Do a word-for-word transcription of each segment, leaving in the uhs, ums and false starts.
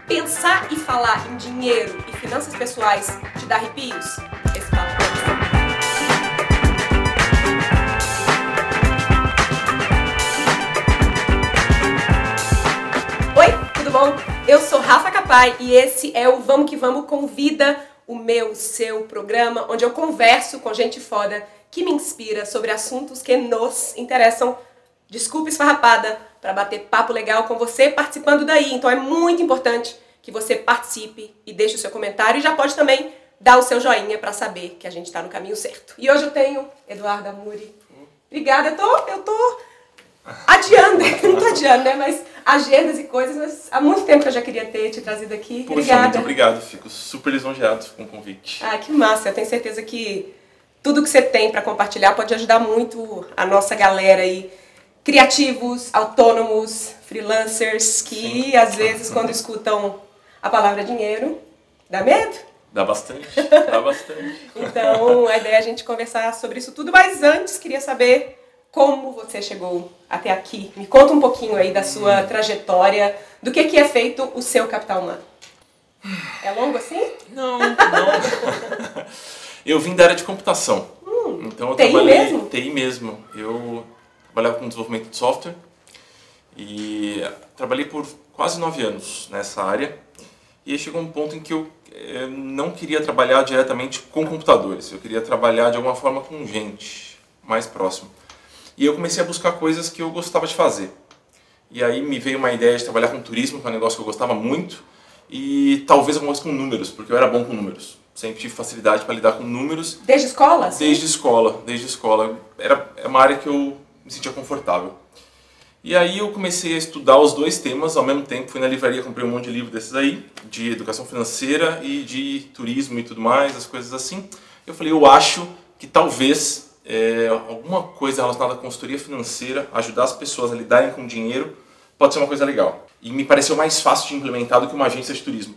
Pensar e falar em dinheiro e finanças pessoais te dá arrepios? Esse papo é você. Oi, tudo bom? Eu sou Rafa Capai e esse é o Vamos Que Vamos Convida, o meu, seu programa, onde eu converso com gente foda que me inspira sobre assuntos que nos interessam. Desculpa esfarrapada, para bater papo legal com você participando daí. Então é muito importante que você participe e deixe o seu comentário e já pode também dar o seu joinha para saber que a gente está no caminho certo. E hoje eu tenho Eduardo Amuri. Obrigada, eu tô, eu tô adiando, não tô adiando, né? Mas agendas e coisas, mas há muito tempo que eu já queria ter te trazido aqui. Poxa, obrigada. Muito obrigado, fico super lisonjeado com o convite. Ah, que massa, eu tenho certeza que tudo que você tem para compartilhar pode ajudar muito a nossa galera aí. Criativos, autônomos, freelancers, que Sim. às vezes quando escutam a palavra dinheiro, dá medo? Dá bastante, dá bastante. Então a ideia é a gente conversar sobre isso tudo, mas antes queria saber como você chegou até aqui. Me conta um pouquinho aí da sua hum. trajetória, do que, que é feito o seu capital humano. É longo assim? Não, não. Eu vim da área de computação. Hum, então eu T I trabalhei, mesmo? T I mesmo. Eu trabalhava com desenvolvimento de software e trabalhei por quase nove anos nessa área. E aí chegou um ponto em que eu eh, não queria trabalhar diretamente com computadores. Eu queria trabalhar de alguma forma com gente mais próximo. E eu comecei a buscar coisas que eu gostava de fazer. E aí me veio uma ideia de trabalhar com turismo, que é um negócio que eu gostava muito. E talvez alguma coisa com números, porque eu era bom com números. Sempre tive facilidade para lidar com números. Desde escola? Sim? Desde escola, desde escola. Era é uma área que eu me sentia confortável. E aí eu comecei a estudar os dois temas ao mesmo tempo. Fui na livraria, comprei um monte de livro desses aí, de educação financeira e de turismo e tudo mais, as coisas assim. Eu falei, eu acho que talvez é, alguma coisa relacionada à consultoria financeira, ajudar as pessoas a lidarem com dinheiro, pode ser uma coisa legal. E me pareceu mais fácil de implementar do que uma agência de turismo.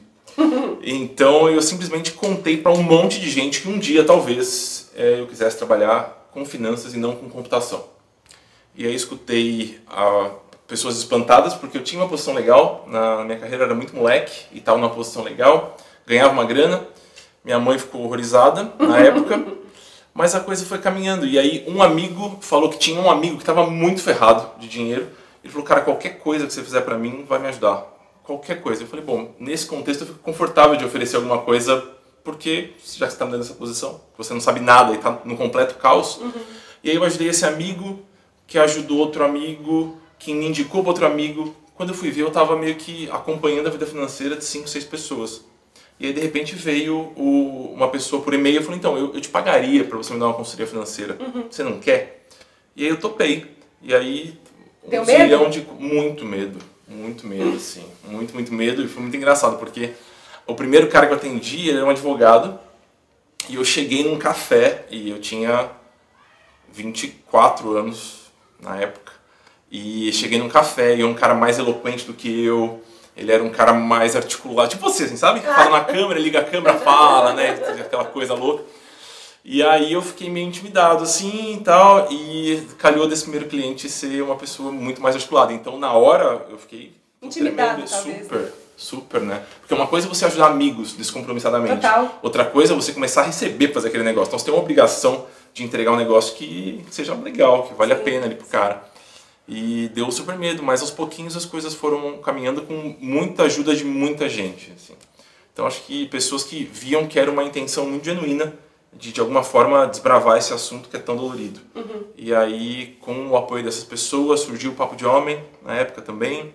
Então eu simplesmente contei para um monte de gente que um dia talvez é, eu quisesse trabalhar com finanças e não com computação. E aí escutei a pessoas espantadas porque eu tinha uma posição legal, na minha carreira era muito moleque e estava numa posição legal, ganhava uma grana, minha mãe ficou horrorizada na época, mas a coisa foi caminhando. E aí um amigo falou que tinha um amigo que estava muito ferrado de dinheiro. Ele falou, cara, qualquer coisa que você fizer para mim vai me ajudar. Qualquer coisa. Eu falei, bom, nesse contexto eu fico confortável de oferecer alguma coisa, porque já que você está me dando essa posição, você não sabe nada e está no completo caos. Uhum. E aí eu ajudei esse amigo, que ajudou outro amigo, que me indicou para outro amigo. Quando eu fui ver, eu estava meio que acompanhando a vida financeira de cinco, seis pessoas. E aí, de repente, veio o, uma pessoa por e-mail e falou, então, eu, eu te pagaria para você me dar uma consultoria financeira. Uhum. Você não quer? E aí eu topei. E aí, Deu um medo? zilhão de... Muito medo. Muito medo, assim. Muito, muito medo. E foi muito engraçado, porque o primeiro cara que eu atendi, ele era um advogado. E eu cheguei num café e eu tinha vinte e quatro anos na época. E cheguei num café e um cara mais eloquente do que eu. Ele era um cara mais articulado. Tipo você, assim, sabe? Fala na câmera, liga a câmera, fala, né? Aquela coisa louca. E aí eu fiquei meio intimidado, assim, e tal, e calhou desse primeiro cliente ser uma pessoa muito mais articulada. Então, na hora, eu fiquei intimidado, tremendo, talvez, super, né? super, né? Porque uma coisa é você ajudar amigos descompromissadamente. Total. Outra coisa é você começar a receber pra fazer aquele negócio. Então, você tem uma obrigação de entregar um negócio que seja legal, que vale sim, a pena ali pro sim. cara. E deu super medo, mas aos pouquinhos as coisas foram caminhando com muita ajuda de muita gente, assim. Então, acho que pessoas que viam que era uma intenção muito genuína de, de alguma forma, desbravar esse assunto que é tão dolorido. Uhum. E aí, com o apoio dessas pessoas, surgiu o Papo de Homem, na época também.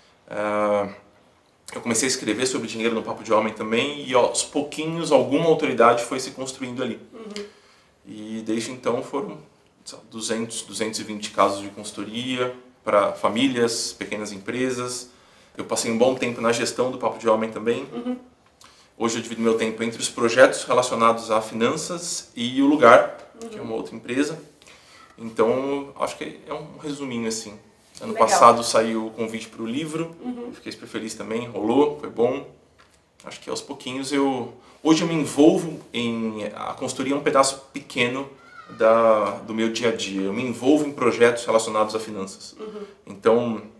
Uh, eu comecei a escrever sobre dinheiro no Papo de Homem também, e aos pouquinhos, alguma autoridade foi se construindo ali. Uhum. E desde então foram duzentos, duzentos e vinte casos de consultoria para famílias, pequenas empresas. Eu passei um bom tempo na gestão do Papo de Homem também. Uhum. Hoje eu divido meu tempo entre os projetos relacionados a finanças e o Lugar, uhum. que é uma outra empresa. Então, acho que é um resuminho assim. Ano Legal. Passado saiu o convite para o livro, uhum. eu fiquei super feliz também, rolou, foi bom. Acho que aos pouquinhos eu... Hoje eu me envolvo em... A consultoria é um pedaço pequeno da, do meu dia a dia. Eu me envolvo em projetos relacionados a finanças. Uhum. Então,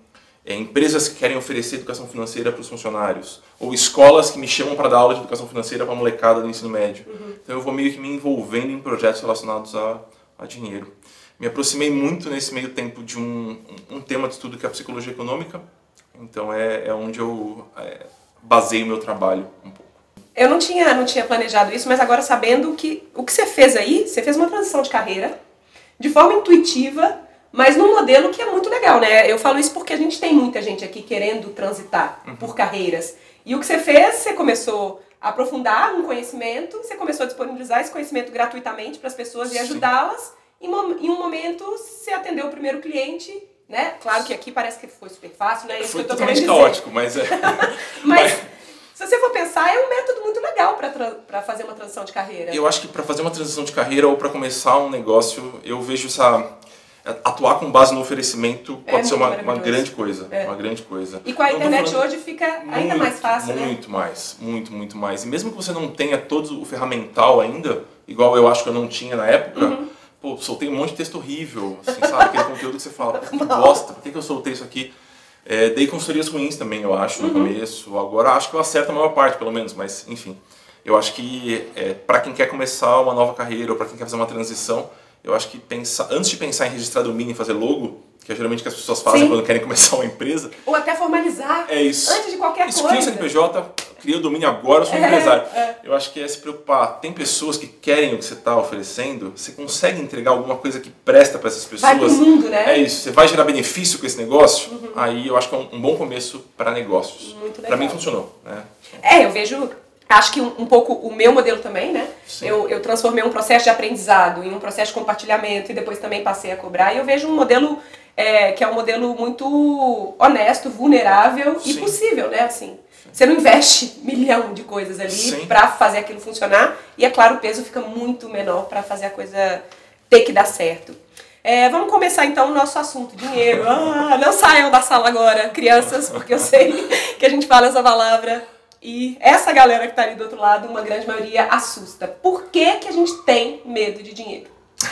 é, empresas que querem oferecer educação financeira para os funcionários, ou escolas que me chamam para dar aula de educação financeira para a molecada do ensino médio. Uhum. Então eu vou meio que me envolvendo em projetos relacionados a, a dinheiro. Me aproximei muito nesse meio tempo de um, um tema de estudo que é a psicologia econômica, então é, é onde eu é, baseio o meu trabalho um pouco. Eu não tinha, não tinha planejado isso, mas agora sabendo que o que você fez aí, você fez uma transição de carreira de forma intuitiva, mas num modelo que é muito legal, né? Eu falo isso porque a gente tem muita gente aqui querendo transitar uhum. por carreiras. E o que você fez, você começou a aprofundar um conhecimento, você começou a disponibilizar esse conhecimento gratuitamente para as pessoas Sim. e ajudá-las. Em um momento, você atendeu o primeiro cliente, né? Claro que aqui parece que foi super fácil, né? Isso foi que eu tô totalmente querendo caótico, mas é... mas, se você for pensar, é um método muito legal para fazer uma transição de carreira. Eu acho que para fazer uma transição de carreira ou para começar um negócio, eu vejo essa... Atuar com base no oferecimento pode é ser uma, uma grande coisa, é. uma grande coisa. E com a internet falando... hoje fica ainda muito, mais fácil, muito né? Muito mais, muito, muito mais. E mesmo que você não tenha todo o ferramental ainda, igual eu acho que eu não tinha na época, uhum. pô, soltei um monte de texto horrível, assim, sabe? Aquele conteúdo que você fala, que bosta, por que, que eu soltei isso aqui? É, dei consultorias ruins também, eu acho, no uhum. começo. Agora acho que eu acerto a maior parte, pelo menos, mas enfim. Eu acho que é, para quem quer começar uma nova carreira ou para quem quer fazer uma transição, eu acho que pensar, antes de pensar em registrar domínio e fazer logo, que é geralmente o que as pessoas fazem Sim. quando querem começar uma empresa. Ou até formalizar, é isso. antes de qualquer isso, coisa. Cria o C N P J, cria o domínio agora, eu sou um é, empresário. É. Eu acho que é se preocupar. Tem pessoas que querem o que você está oferecendo, você consegue entregar alguma coisa que presta para essas pessoas. Vai pro mundo, né? É isso, você vai gerar benefício com esse negócio, uhum. aí eu acho que é um, um bom começo para negócios. Muito legal. Para mim funcionou. Né? É, eu vejo... Acho que um, um pouco o meu modelo também, né? Eu, eu transformei um processo de aprendizado em um processo de compartilhamento e depois também passei a cobrar. E eu vejo um modelo é, que é um modelo muito honesto, vulnerável Sim. e possível, né? Assim, você não investe milhão de coisas ali para fazer aquilo funcionar e, é claro, o peso fica muito menor para fazer a coisa ter que dar certo. É, vamos começar então o nosso assunto, dinheiro. Ah, não saiam da sala agora, crianças, porque eu sei que a gente fala essa palavra. E essa galera que está ali do outro lado, uma grande maioria, assusta. Por que que a gente tem medo de dinheiro?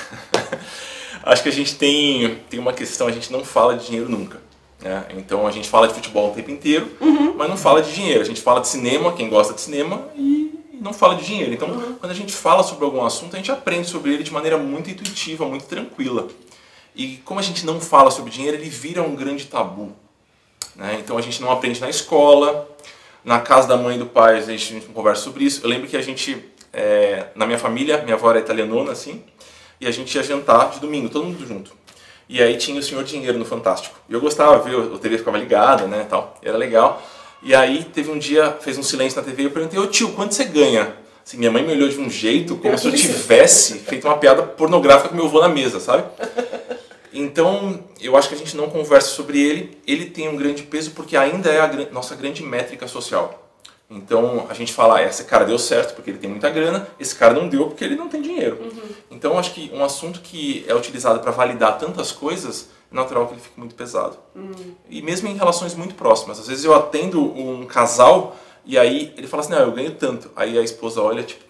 Acho que a gente tem, tem uma questão, a gente não fala de dinheiro nunca. Né? Então a gente fala de futebol o tempo inteiro, uhum. mas não fala de dinheiro. A gente fala de cinema, quem gosta de cinema, e não fala de dinheiro. Então uhum. quando a gente fala sobre algum assunto, a gente aprende sobre ele de maneira muito intuitiva, muito tranquila. E como a gente não fala sobre dinheiro, ele vira um grande tabu. Né? Então a gente não aprende na escola. Na casa da mãe e do pai, a gente não conversa sobre isso. Eu lembro que a gente, é, na minha família, minha avó era italianona, assim, e a gente ia jantar de domingo, todo mundo junto. E aí tinha o Senhor Dinheiro no Fantástico. E eu gostava, viu? A T V ficava ligada, né, tal. Era legal. E aí teve um dia, fez um silêncio na T V e eu perguntei, ô tio, quanto você ganha? Assim, minha mãe me olhou de um jeito, como se eu tivesse feito uma piada pornográfica com meu avô na mesa, sabe? Então, eu acho que a gente não conversa sobre ele. Ele tem um grande peso porque ainda é a nossa grande métrica social. Então, a gente fala, esse cara deu certo porque ele tem muita grana, esse cara não deu porque ele não tem dinheiro. Uhum. Então, eu acho que um assunto que é utilizado para validar tantas coisas, é natural que ele fique muito pesado. Uhum. E mesmo em relações muito próximas. Às vezes eu atendo um casal e aí ele fala assim, não, eu ganho tanto. Aí a esposa olha, tipo,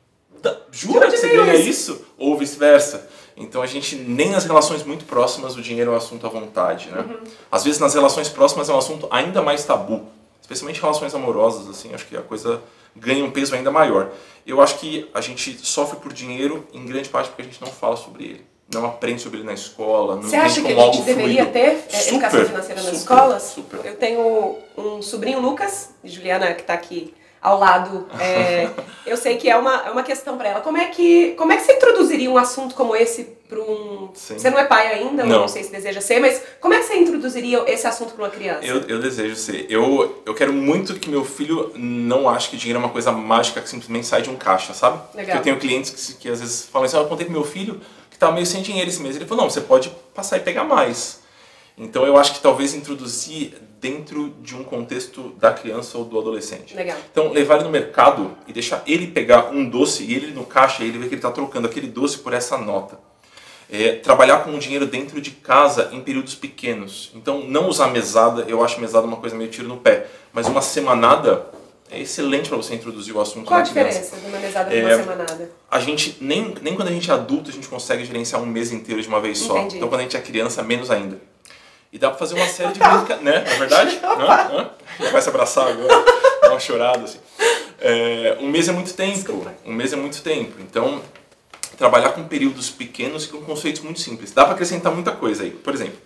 jura que você ganha isso? Ou vice-versa. Então a gente, nem nas relações muito próximas, o dinheiro é um assunto à vontade, né? Uhum. Às vezes nas relações próximas é um assunto ainda mais tabu. Especialmente relações amorosas, assim, acho que a coisa ganha um peso ainda maior. Eu acho que a gente sofre por dinheiro em grande parte porque a gente não fala sobre ele. Não aprende sobre ele na escola, não Você acha que a gente deveria ter é, educação financeira nas super, escolas? Super. Eu tenho um sobrinho, Lucas, Juliana, que está aqui ao lado. É, eu sei que é uma, é uma questão para ela. Como é, que, como é que você introduziria um assunto como esse para um... Sim. Você não é pai ainda, não. não sei se deseja ser, mas como é que você introduziria esse assunto para uma criança? Eu, eu desejo ser. Eu, eu quero muito que meu filho não ache que dinheiro é uma coisa mágica que simplesmente sai de um caixa, sabe? Legal. Porque eu tenho clientes que, que às vezes falam assim, eu contei pro meu filho que estava meio sem dinheiro esse mês. Ele falou, não, você pode passar e pegar mais. Então eu acho que talvez introduzir dentro de um contexto da criança ou do adolescente. Legal. Então levar ele no mercado e deixar ele pegar um doce e ele no caixa e ele vê que ele está trocando aquele doce por essa nota. É, trabalhar com o dinheiro dentro de casa em períodos pequenos. Então não usar mesada, eu acho mesada uma coisa meio tiro no pé, mas uma semanada é excelente para você introduzir o assunto. Qual a diferença de uma mesada e é, uma semanada? A gente, nem, nem quando a gente é adulto a gente consegue gerenciar um mês inteiro de uma vez só. Entendi. Então quando a gente é criança, menos ainda. E dá pra fazer uma série de brincadeiras, né? Não é verdade? Hã? Hã? Já vai se abraçar agora, dá uma chorada assim. É, um mês é muito tempo, Desculpa. um mês é muito tempo. Então, trabalhar com períodos pequenos e com conceitos muito simples. Dá pra acrescentar muita coisa aí. Por exemplo,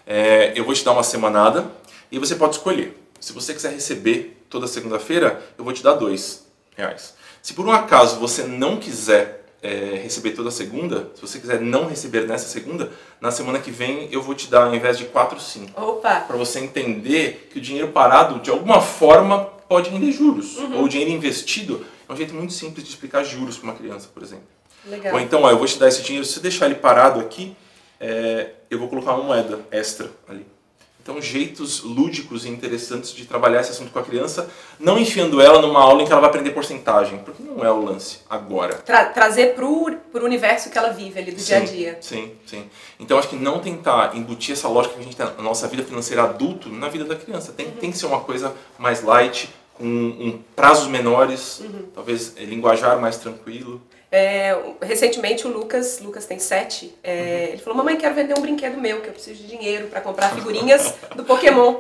é, eu vou te dar uma semanada e você pode escolher. Se você quiser receber toda segunda-feira, eu vou te dar dois reais. Se por um acaso você não quiser é, receber toda segunda, se você quiser não receber nessa segunda, na semana que vem eu vou te dar, ao invés de quatro, cinco. Opa! Para você entender que o dinheiro parado, de alguma forma, pode render juros. Uhum. Ou o dinheiro investido é um jeito muito simples de explicar juros para uma criança, por exemplo. Legal. Ou então, ó, eu vou te dar esse dinheiro, se você deixar ele parado aqui, é, eu vou colocar uma moeda extra ali. Então, jeitos lúdicos e interessantes de trabalhar esse assunto com a criança, não enfiando ela numa aula em que ela vai aprender porcentagem, porque não é o lance agora. Tra trazer para o universo que ela vive ali do sim, dia a dia. Sim, sim. Então, acho que não tentar embutir essa lógica que a gente tem na nossa vida financeira adulto na vida da criança. Tem, uhum. tem que ser uma coisa mais light, com um, prazos menores, uhum. talvez é, linguajar mais tranquilo. É, recentemente o Lucas, Lucas tem sete, é, uhum. ele falou, mamãe, quero vender um brinquedo meu, que eu preciso de dinheiro para comprar figurinhas do Pokémon.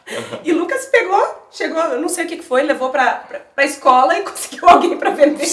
E o Lucas pegou, chegou, eu não sei o que foi, levou pra, pra, pra escola e conseguiu alguém pra vender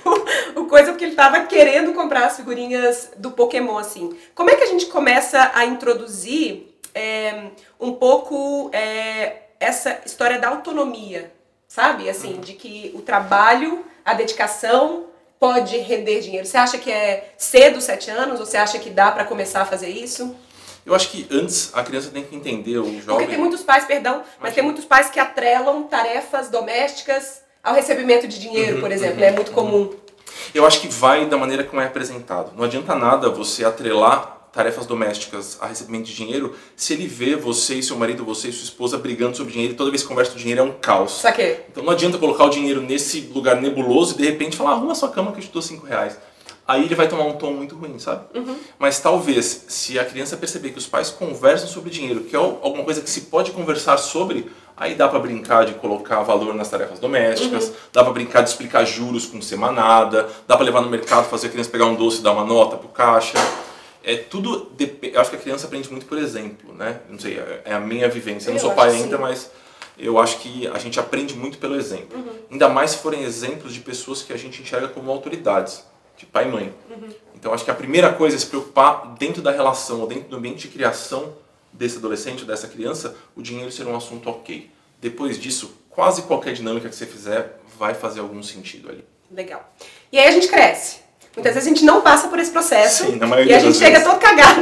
o, o coisa, porque ele tava querendo comprar as figurinhas do Pokémon, assim. Como é que a gente começa a introduzir é, um pouco é, essa história da autonomia, sabe? Assim, de que o trabalho, a dedicação pode render dinheiro. Você acha que é cedo, sete anos, ou você acha que dá pra começar a fazer isso? Eu acho que antes a criança tem que entender, o jovem... Porque tem muitos pais, perdão, mas, mas tem muitos pais que atrelam tarefas domésticas ao recebimento de dinheiro, uhum, por exemplo, uhum, é muito comum. Uhum. Eu acho que vai da maneira como é apresentado. Não adianta nada você atrelar tarefas domésticas a recebimento de dinheiro se ele vê você e seu marido, você e sua esposa brigando sobre dinheiro e toda vez que conversa do dinheiro é um caos. Saquei. Então não adianta colocar o dinheiro nesse lugar nebuloso e de repente falar, arruma sua cama que eu te dou cinco reais. Aí ele vai tomar um tom muito ruim, sabe? Uhum. Mas talvez, se a criança perceber que os pais conversam sobre dinheiro, que é alguma coisa que se pode conversar sobre, aí dá pra brincar de colocar valor nas tarefas domésticas, uhum. dá pra brincar de explicar juros com semanada, dá pra levar no mercado, fazer a criança pegar um doce e dar uma nota pro caixa. É tudo, eu acho que a criança aprende muito por exemplo, né? Não sei, é a minha vivência. Eu não sou pai ainda, mas eu acho que a gente aprende muito pelo exemplo. Uhum. Ainda mais se forem exemplos de pessoas que a gente enxerga como autoridades. De pai e mãe. Uhum. Então acho que a primeira coisa é se preocupar dentro da relação, ou dentro do ambiente de criação desse adolescente ou dessa criança, o dinheiro ser um assunto ok. Depois disso, quase qualquer dinâmica que você fizer vai fazer algum sentido ali. Legal. E aí a gente cresce. Muitas vezes a gente não passa por esse processo. Sim, na maioria e a gente chega vezes. todo cagado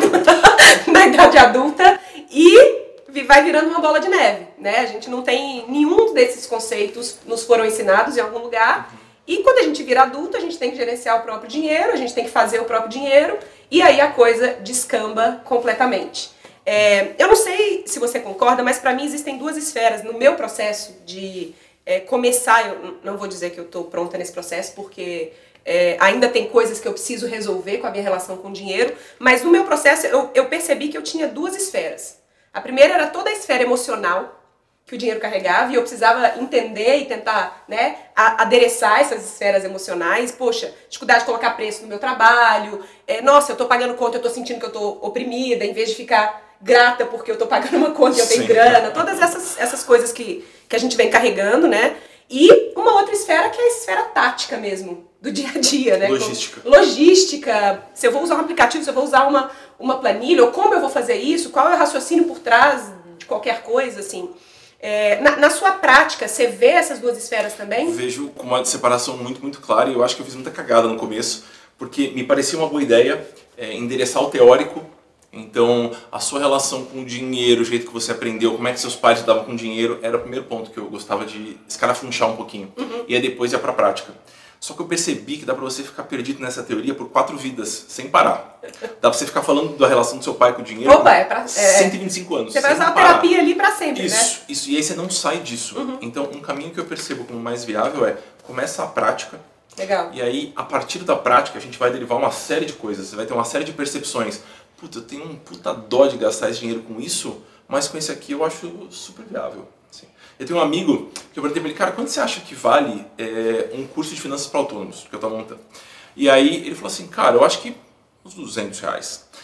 na idade adulta e vai virando uma bola de neve, né? A gente não tem nenhum desses conceitos nos foram ensinados em algum lugar. Uhum. E quando a gente vira adulto, a gente tem que gerenciar o próprio dinheiro, a gente tem que fazer o próprio dinheiro, e aí a coisa descamba completamente. É, eu não sei se você concorda, mas para mim existem duas esferas no meu processo de é, começar. Eu não vou dizer que eu estou pronta nesse processo, porque é, ainda tem coisas que eu preciso resolver com a minha relação com o dinheiro, mas no meu processo eu, eu percebi que eu tinha duas esferas. A primeira era toda a esfera emocional, que o dinheiro carregava, e eu precisava entender e tentar, né, adereçar essas esferas emocionais. Poxa, dificuldade de colocar preço no meu trabalho, é, nossa, eu tô pagando conta, eu tô sentindo que eu tô oprimida, em vez de ficar grata porque eu tô pagando uma conta e eu tenho Sim. grana, todas essas, essas coisas que, que a gente vem carregando, né, e uma outra esfera que é a esfera tática mesmo, do dia a dia, né. Logística. Como, logística, se eu vou usar um aplicativo, se eu vou usar uma, uma planilha, ou como eu vou fazer isso, qual é o raciocínio por trás de qualquer coisa, assim. É, na, na sua prática, você vê essas duas esferas também? Eu vejo com uma separação muito, muito clara, e eu acho que eu fiz muita cagada no começo, porque me parecia uma boa ideia é, endereçar o teórico. Então, a sua relação com o dinheiro, o jeito que você aprendeu, como é que seus pais lidavam com o dinheiro, era o primeiro ponto que eu gostava de escarafunchar um pouquinho. Uhum. E aí depois ia pra prática. Só que eu percebi que dá pra você ficar perdido nessa teoria por quatro vidas, sem parar. Dá pra você ficar falando da relação do seu pai com o dinheiro Opa, é pra, é, cento e vinte e cinco anos. Você vai usar a terapia ali pra sempre, isso, né? Isso, isso. E aí você não sai disso. Uhum. Então, um caminho que eu percebo como mais viável é começa a prática. Legal. E aí, a partir da prática, a gente vai derivar uma série de coisas. Você vai ter uma série de percepções. Puta, eu tenho um puta dó de gastar esse dinheiro com isso, mas com esse aqui eu acho super viável. Assim. Eu tenho um amigo que eu perguntei pra ele, cara, quanto você acha que vale é, um curso de finanças para autônomos que eu tô montando? E aí ele falou assim, cara, eu acho que uns duzentos reais.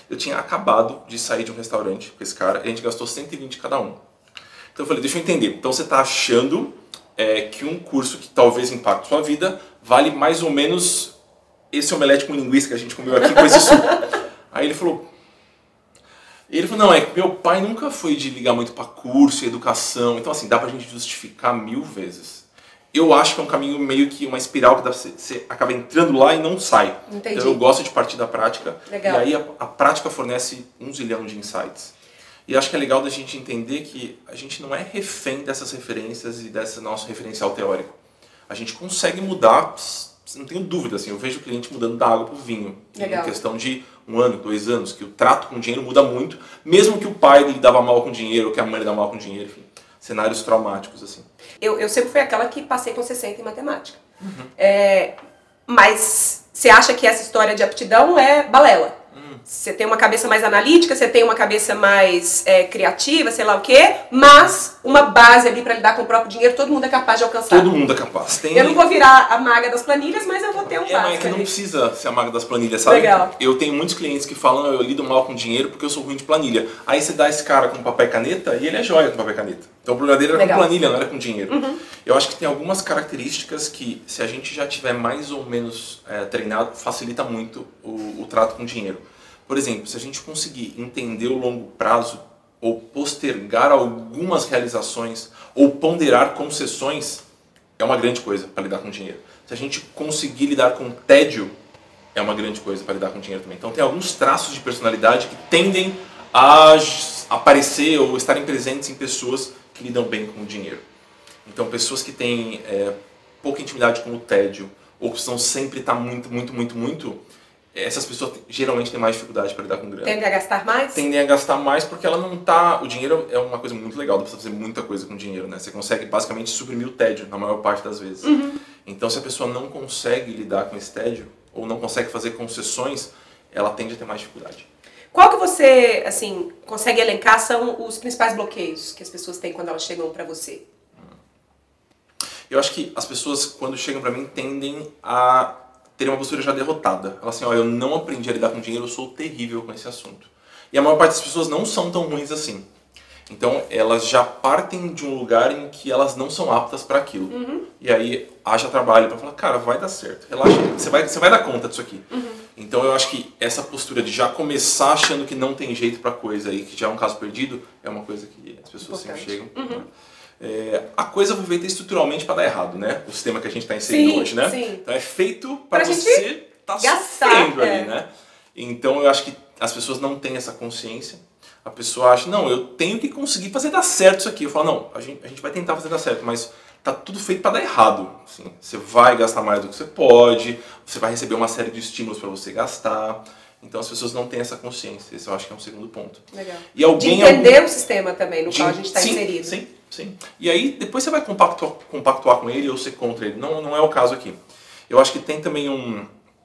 Eu tinha acabado de sair de um restaurante com esse cara, e a gente gastou cento e vinte cada um. Então eu falei, deixa eu entender. Então você está achando é, que um curso que talvez impacte sua vida vale mais ou menos esse omelete com linguiça que a gente comeu aqui com esse suco. Aí ele falou... Ele falou, não, é que meu pai nunca foi de ligar muito para curso e educação, então assim, dá pra gente justificar mil vezes. Eu acho que é um caminho meio que uma espiral que dá, você, você acaba entrando lá e não sai. Entendi. Então eu gosto de partir da prática. Legal. E aí a, a prática fornece um zilhão de insights. E acho que é legal da gente entender que a gente não é refém dessas referências e desse nosso referencial teórico. A gente consegue mudar, não tenho dúvida, assim, eu vejo o cliente mudando da água para o vinho. Legal. Em questão de um ano, dois anos, que o trato com o dinheiro muda muito, mesmo que o pai lidava mal com o dinheiro, ou que a mãe lidava mal com o dinheiro, enfim. Cenários traumáticos, assim. Eu, eu sempre fui aquela que passei com sessenta em matemática. Uhum. É, mas você acha que essa história de aptidão é balela? Uhum. Você tem uma cabeça mais analítica, você tem uma cabeça mais é, criativa, sei lá o quê, mas uma base ali para lidar com o próprio dinheiro, todo mundo é capaz de alcançar. Todo mundo é capaz. Tem... Eu não vou virar a maga das planilhas, mas eu vou ter um é, básico. Mas é que ali. não precisa ser a maga das planilhas, sabe? Legal. Eu tenho muitos clientes que falam, eu lido mal com dinheiro porque eu sou ruim de planilha. Aí você dá esse cara com papel e caneta e ele é joia com papel e caneta. Então o problema dele era Legal. com planilha, não era com dinheiro. Uhum. Eu acho que tem algumas características que, se a gente já tiver mais ou menos é, treinado, facilita muito o, o trato com dinheiro. Por exemplo, se a gente conseguir entender o longo prazo, ou postergar algumas realizações, ou ponderar concessões, é uma grande coisa para lidar com dinheiro. Se a gente conseguir lidar com tédio, é uma grande coisa para lidar com dinheiro também. Então tem alguns traços de personalidade que tendem a aparecer ou estarem presentes em pessoas que lidam bem com o dinheiro. Então pessoas que têm é, pouca intimidade com o tédio, ou que precisam sempre estar muito, muito, muito, muito, essas pessoas geralmente têm mais dificuldade para lidar com grana. Tendem a gastar mais? Tendem a gastar mais porque ela não tá... O dinheiro é uma coisa muito legal, dá pra fazer muita coisa com dinheiro, né? Você consegue basicamente suprimir o tédio na maior parte das vezes. Uhum. Então se a pessoa não consegue lidar com esse tédio, ou não consegue fazer concessões, ela tende a ter mais dificuldade. Qual que você, assim, consegue elencar são os principais bloqueios que as pessoas têm quando elas chegam para você? Eu acho que as pessoas, quando chegam para mim, tendem a ter uma postura já derrotada. Elas assim, ó, eu não aprendi a lidar com dinheiro, eu sou terrível com esse assunto. E a maior parte das pessoas não são tão ruins assim. Então, elas já partem de um lugar em que elas não são aptas para aquilo. Uhum. E aí, haja trabalho para falar, cara, vai dar certo, relaxa, você vai, você vai dar conta disso aqui. Uhum. Então, eu acho que essa postura de já começar achando que não tem jeito para coisa e que já é um caso perdido, é uma coisa que as pessoas Importante. sempre chegam. Uhum. Né? É, a coisa foi feita estruturalmente para dar errado, né? O sistema que a gente está inserindo sim, hoje, né? Sim. Então é feito para você estar tá sofrendo é. ali, né? Então eu acho que as pessoas não têm essa consciência. A pessoa acha, não, eu tenho que conseguir fazer dar certo isso aqui. Eu falo, não, a gente, a gente vai tentar fazer dar certo, mas tá tudo feito para dar errado. Assim, você vai gastar mais do que você pode, você vai receber uma série de estímulos para você gastar. Então as pessoas não têm essa consciência. Esse eu acho que é um segundo ponto. Legal. E alguém, de entender algum... o sistema também no de... qual a gente está inserido. Sim, sim. E aí depois você vai compactuar, compactuar com ele ou ser contra ele. Não, não é o caso aqui. Eu acho que tem também um,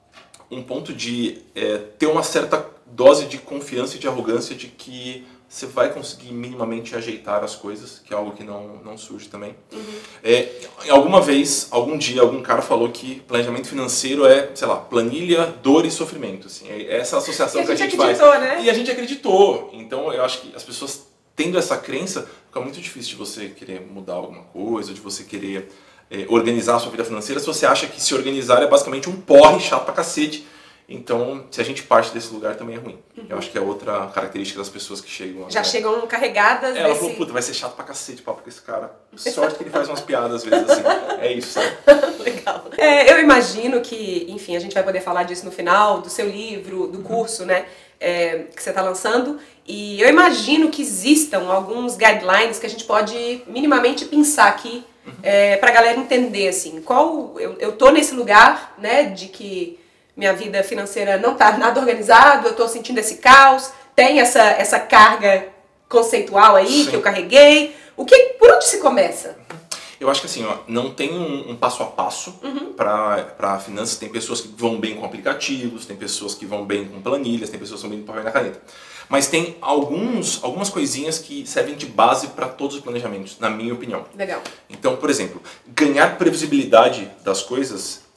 um ponto de é, ter uma certa dose de confiança e de arrogância de que você vai conseguir minimamente ajeitar as coisas, que é algo que não, não surge também. Uhum. É, alguma vez, algum dia, algum cara falou que planejamento financeiro é, sei lá, planilha, dor e sofrimento. Assim, é essa associação e que a gente, a gente faz. Né? E a gente acreditou. Então eu acho que as pessoas tendo essa crença, fica muito difícil de você querer mudar alguma coisa, de você querer é, organizar a sua vida financeira, se você acha que se organizar é basicamente um porre chato pra cacete. Então, se a gente parte desse lugar, também é ruim. Uhum. Eu acho que é outra característica das pessoas que chegam. Já né? chegam carregadas. Ela desse... falou, puta, vai ser chato pra cacete papo com esse cara. Sorte que ele faz umas piadas às vezes assim. É isso, sabe? Legal. É, eu imagino que, enfim, a gente vai poder falar disso no final, do seu livro, do curso, né? É, que você está lançando. E eu imagino que existam alguns guidelines que a gente pode minimamente pensar aqui uhum. é, pra galera entender, assim, qual... Eu, eu tô nesse lugar, né, de que minha vida financeira não está nada organizado, eu estou sentindo esse caos, tem essa, essa carga conceitual aí Sim. que eu carreguei. O que, por onde se começa? Eu acho que assim, ó, não tem um, um passo a passo uhum. para finanças. Tem pessoas que vão bem com aplicativos, tem pessoas que vão bem com planilhas, tem pessoas que vão bem com papel na caneta. Mas tem alguns, algumas coisinhas que servem de base para todos os planejamentos, na minha opinião. Legal. Então, por exemplo, ganhar previsibilidade das coisas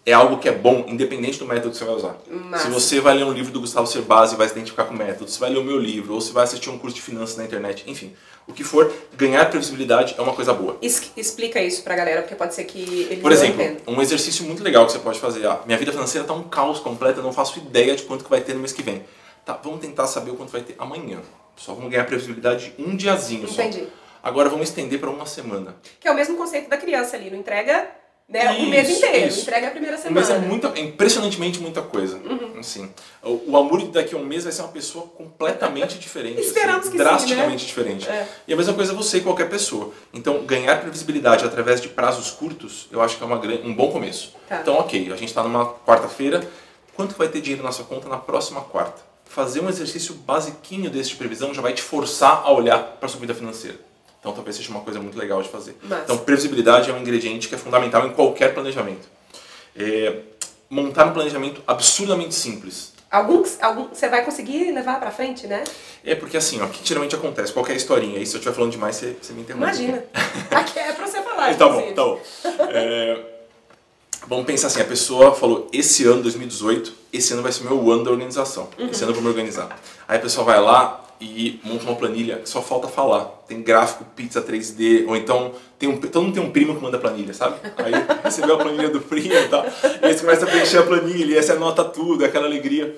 é algo que é bom, independente do método que você vai usar. Massa. Se você vai ler um livro do Gustavo Cerbasi e vai se identificar com o método, se vai ler o meu livro, ou se vai assistir um curso de finanças na internet, enfim, o que for, ganhar previsibilidade é uma coisa boa. Es explica isso pra galera, porque pode ser que eles Por exemplo, não entendam. um exercício muito legal que você pode fazer. Ah, minha vida financeira está um caos completo, eu não faço ideia de quanto que vai ter no mês que vem. Tá, vamos tentar saber o quanto vai ter amanhã. Só vamos ganhar previsibilidade de um diazinho só. Entendi. Agora vamos estender para uma semana. Que é o mesmo conceito da criança ali, não entrega, né, Isso, o mês inteiro, isso. entrega a primeira Um semana. mês é, muita, é impressionantemente muita coisa. Uhum. Assim, o, o Amuri daqui a um mês vai ser uma pessoa completamente diferente. Esperamos assim, que drasticamente sim, né? diferente. É. E a mesma coisa você e qualquer pessoa. Então, ganhar previsibilidade através de prazos curtos, eu acho que é uma, um bom começo. Tá. Então, ok, a gente está numa quarta-feira, quanto vai ter dinheiro na sua conta na próxima quarta? Fazer um exercício basiquinho desse de previsão já vai te forçar a olhar para a sua vida financeira. Então talvez seja uma coisa muito legal de fazer. Massa. Então previsibilidade é um ingrediente que é fundamental em qualquer planejamento. É, montar um planejamento absurdamente simples. Algum, algum, você vai conseguir levar pra frente, né? É porque assim, ó, o que geralmente acontece? Qualquer historinha, e se eu estiver falando demais, você, você me interrompe. Imagina. Aqui é pra você falar. Tá bom, inclusive. tá bom. É, vamos pensar assim, a pessoa falou, esse ano, dois mil e dezoito, esse ano vai ser meu ano da organização. Uhum. Esse ano eu vou me organizar. Aí a pessoa vai lá e monta uma planilha que só falta falar. Tem gráfico, pizza três D, ou então tem um, todo mundo tem um primo que manda planilha, sabe? Aí recebeu a planilha do primo e tal, e aí você começa a preencher a planilha, e aí você anota tudo, aquela alegria.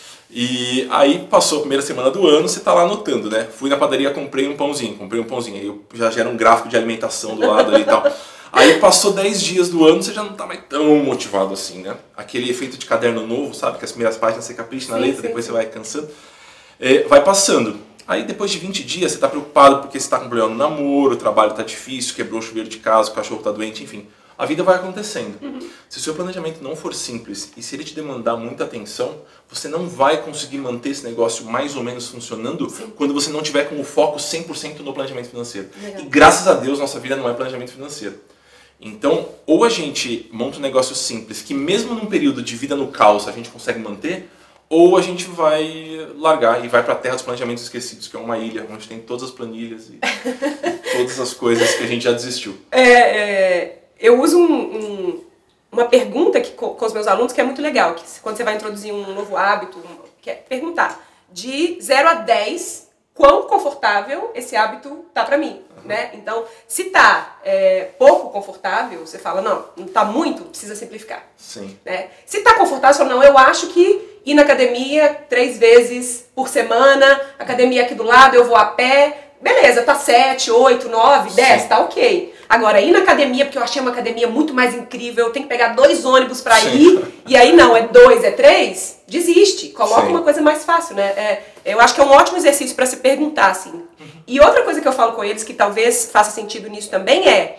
E aí passou a primeira semana do ano, você tá lá anotando, né? Fui na padaria, comprei um pãozinho, comprei um pãozinho, aí eu já gera um gráfico de alimentação do lado ali e tal. Aí passou dez dias do ano, você já não tá mais tão motivado assim, né? Aquele efeito de caderno novo, sabe? Que as primeiras páginas você capricha na sim, letra, sim, depois sim. você vai cansando. É, vai passando. Aí depois de vinte dias você está preocupado porque você está com problema no namoro, o trabalho está difícil, quebrou o chuveiro de casa, o cachorro está doente, enfim. A vida vai acontecendo. Uhum. Se o seu planejamento não for simples e se ele te demandar muita atenção, você não vai conseguir manter esse negócio mais ou menos funcionando Sim. quando você não tiver com o foco cem por cento no planejamento financeiro. Legal. E graças a Deus nossa vida não é planejamento financeiro. Então, ou a gente monta um negócio simples, que mesmo num período de vida no caos a gente consegue manter, ou a gente vai largar e vai para a terra dos planejamentos esquecidos, que é uma ilha onde tem todas as planilhas e todas as coisas que a gente já desistiu. É, é, eu uso um, um, uma pergunta que, com, com os meus alunos que é muito legal, que quando você vai introduzir um novo hábito, que é perguntar de zero a dez quão confortável esse hábito tá para mim. Uhum. Né? Então, se tá é, pouco confortável, você fala, não, não tá muito, precisa simplificar. Sim. Né? Se tá confortável, você fala, não, eu acho que ir na academia três vezes por semana, academia aqui do lado, eu vou a pé, beleza, tá sete, oito, nove, dez, tá ok. Agora, ir na academia, porque eu achei uma academia muito mais incrível, eu tenho que pegar dois ônibus pra Sim. ir, e aí não, é dois, é três, desiste, coloca Sim. uma coisa mais fácil, né? É, eu acho que é um ótimo exercício pra se perguntar, assim. Uhum. E outra coisa que eu falo com eles, que talvez faça sentido nisso também, é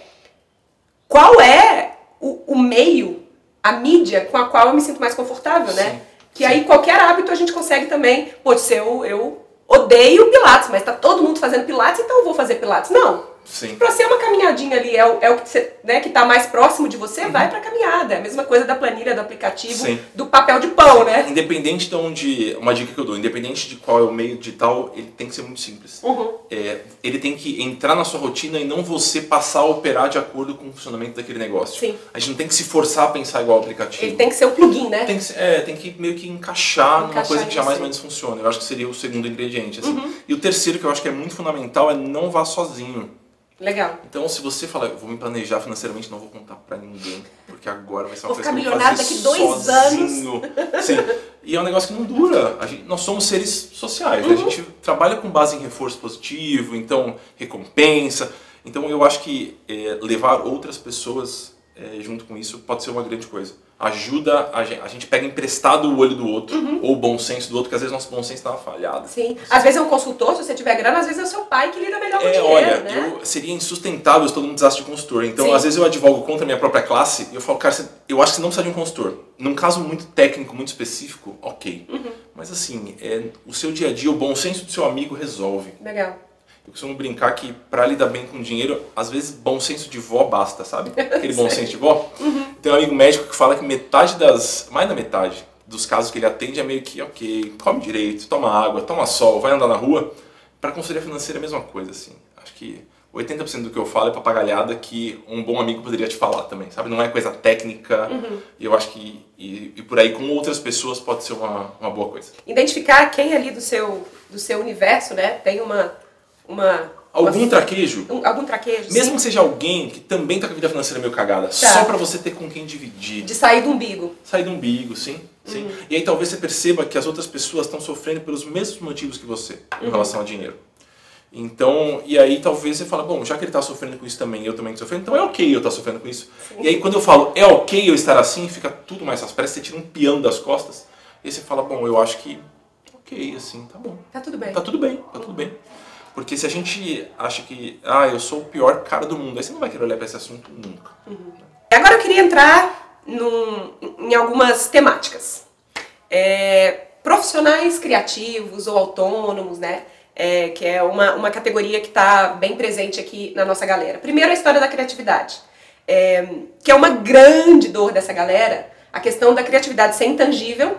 qual é o, o meio, a mídia com a qual eu me sinto mais confortável, Sim. né? Que aí qualquer hábito a gente consegue também, pode ser eu, eu odeio Pilates, mas tá todo mundo fazendo Pilates, então eu vou fazer Pilates. Não. Sim. Pra ser uma caminhadinha ali, é o, é o que, você, né, que tá mais próximo de você, uhum. vai pra caminhada. É a mesma coisa da planilha, do aplicativo, Sim. do papel de pão, Sim. né? Independente de onde, uma dica que eu dou, independente de qual é o meio digital, ele tem que ser muito simples. Uhum. É, ele tem que entrar na sua rotina e não você passar a operar de acordo com o funcionamento daquele negócio. Sim. A gente não tem que se forçar a pensar igual ao aplicativo. Ele tem que ser um plugin, né? Tem que, é, tem que meio que encaixar, encaixar numa coisa que já mais ou menos funciona. Eu acho que seria o segundo ingrediente. Assim. Uhum. E o terceiro, que eu acho que é muito fundamental, é não vá sozinho. Legal. Então, se você falar, eu vou me planejar financeiramente, não vou contar pra ninguém, porque agora vai ser uma vou coisa que eu vou fazer fazer daqui dois sozinho. Anos. Sim. E é um negócio que não dura. A gente, nós somos seres sociais, uhum. a gente trabalha com base em reforço positivo, então recompensa. Então, eu acho que é, levar outras pessoas é, junto com isso pode ser uma grande coisa. Ajuda, a gente, a gente pega emprestado o olho do outro, uhum. ou o bom senso do outro, porque às vezes nosso bom senso estava falhado. Sim, às vezes é um consultor, se você tiver grana, às vezes é o seu pai que lida melhor com o é, dinheiro, olha, né? eu, seria insustentável se todo mundo precisasse de consultor. Então, Sim. às vezes eu advogo contra a minha própria classe e eu falo, cara, eu acho que você não precisa de um consultor. Num caso muito técnico, muito específico, ok. Uhum. Mas assim, é, o seu dia a dia, o bom senso do seu amigo resolve. Legal. Eu costumo brincar que pra lidar bem com dinheiro, às vezes bom senso de vó basta, sabe? Aquele bom senso de vó. Uhum. Tem um amigo médico que fala que metade das, mais da metade dos casos que ele atende é meio que, ok, come direito, toma água, toma sol, vai andar na rua. Pra consultoria financeira é a mesma coisa, assim. Acho que oitenta por cento do que eu falo é papagaiada que um bom amigo poderia te falar também, sabe? Não é coisa técnica, uhum. e eu acho que e, e por aí com outras pessoas pode ser uma, uma boa coisa. Identificar quem ali do seu, do seu universo, né, tem uma... uma algum uma, traquejo. Um, algum traquejo, Mesmo sim. que seja alguém que também tá com a vida financeira meio cagada, tá. Só pra você ter com quem dividir. De sair do umbigo. Sair do umbigo, sim. sim. Uhum. E aí talvez você perceba que as outras pessoas estão sofrendo pelos mesmos motivos que você, em uhum. relação ao dinheiro. Então, e aí talvez você fala, bom, já que ele está sofrendo com isso também, eu também estou sofrendo, então é ok eu estar sofrendo com isso. Sim. E aí quando eu falo, é ok eu estar assim, fica tudo mais fácil. Parece que você tira um peão das costas, e aí você fala, bom, eu acho que ok, assim, tá bom. Tá tudo bem. Tá tudo bem, tá tudo bem. Porque se a gente acha que, ah, eu sou o pior cara do mundo, aí você não vai querer olhar para esse assunto nunca. Uhum. Agora eu queria entrar num, em algumas temáticas. É, profissionais criativos ou autônomos, né? É, que é uma, uma categoria que está bem presente aqui na nossa galera. Primeiro, a história da criatividade, é, que é uma grande dor dessa galera, a questão da criatividade ser intangível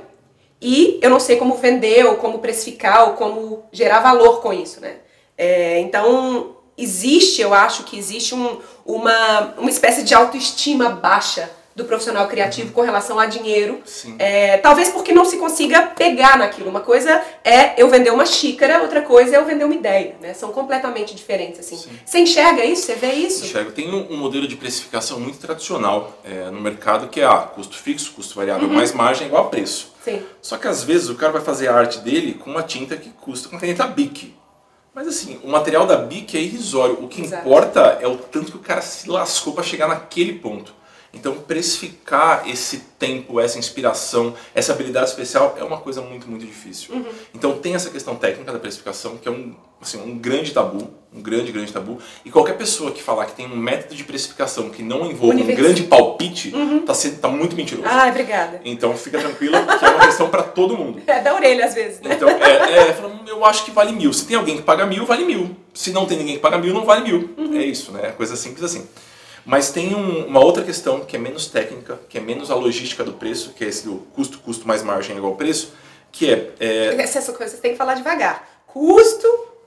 e eu não sei como vender, ou como precificar, ou como gerar valor com isso, né? É, então, existe, eu acho que existe um, uma, uma espécie de autoestima baixa do profissional criativo com relação a dinheiro. É, talvez porque não se consiga pegar naquilo. Uma coisa é eu vender uma xícara, outra coisa é eu vender uma ideia, né? São completamente diferentes, assim. Sim. Você enxerga isso? Você vê isso? Enxergo. Tem um, um modelo de precificação muito tradicional é, no mercado que é ah, custo fixo, custo variável, uhum. mais margem igual a preço. Sim. Só que às vezes o cara vai fazer a arte dele com uma tinta que custa com caneta Bic. Mas assim, o material da Bic é irrisório. O que Exato. Importa é o tanto que o cara se lascou para chegar naquele ponto. Então, precificar esse tempo, essa inspiração, essa habilidade especial é uma coisa muito, muito difícil. Uhum. Então, tem essa questão técnica da precificação, que é um, assim, um grande tabu, um grande, grande tabu. E qualquer pessoa que falar que tem um método de precificação que não envolve um grande palpite, uhum. tá, sendo, tá muito mentiroso. Ah, obrigada. Então, fica tranquila, que é uma questão para todo mundo. É da orelha, às vezes, né? Então, é, é falando, eu acho que vale mil. Se tem alguém que paga mil, vale mil. Se não tem ninguém que paga mil, não vale mil. Uhum. É isso, né? Coisa simples assim. Mas tem um, uma outra questão que é menos técnica, que é menos a logística do preço, que é esse do custo, custo mais margem igual ao preço, que é... é Essa coisa você tem que falar devagar. Custo...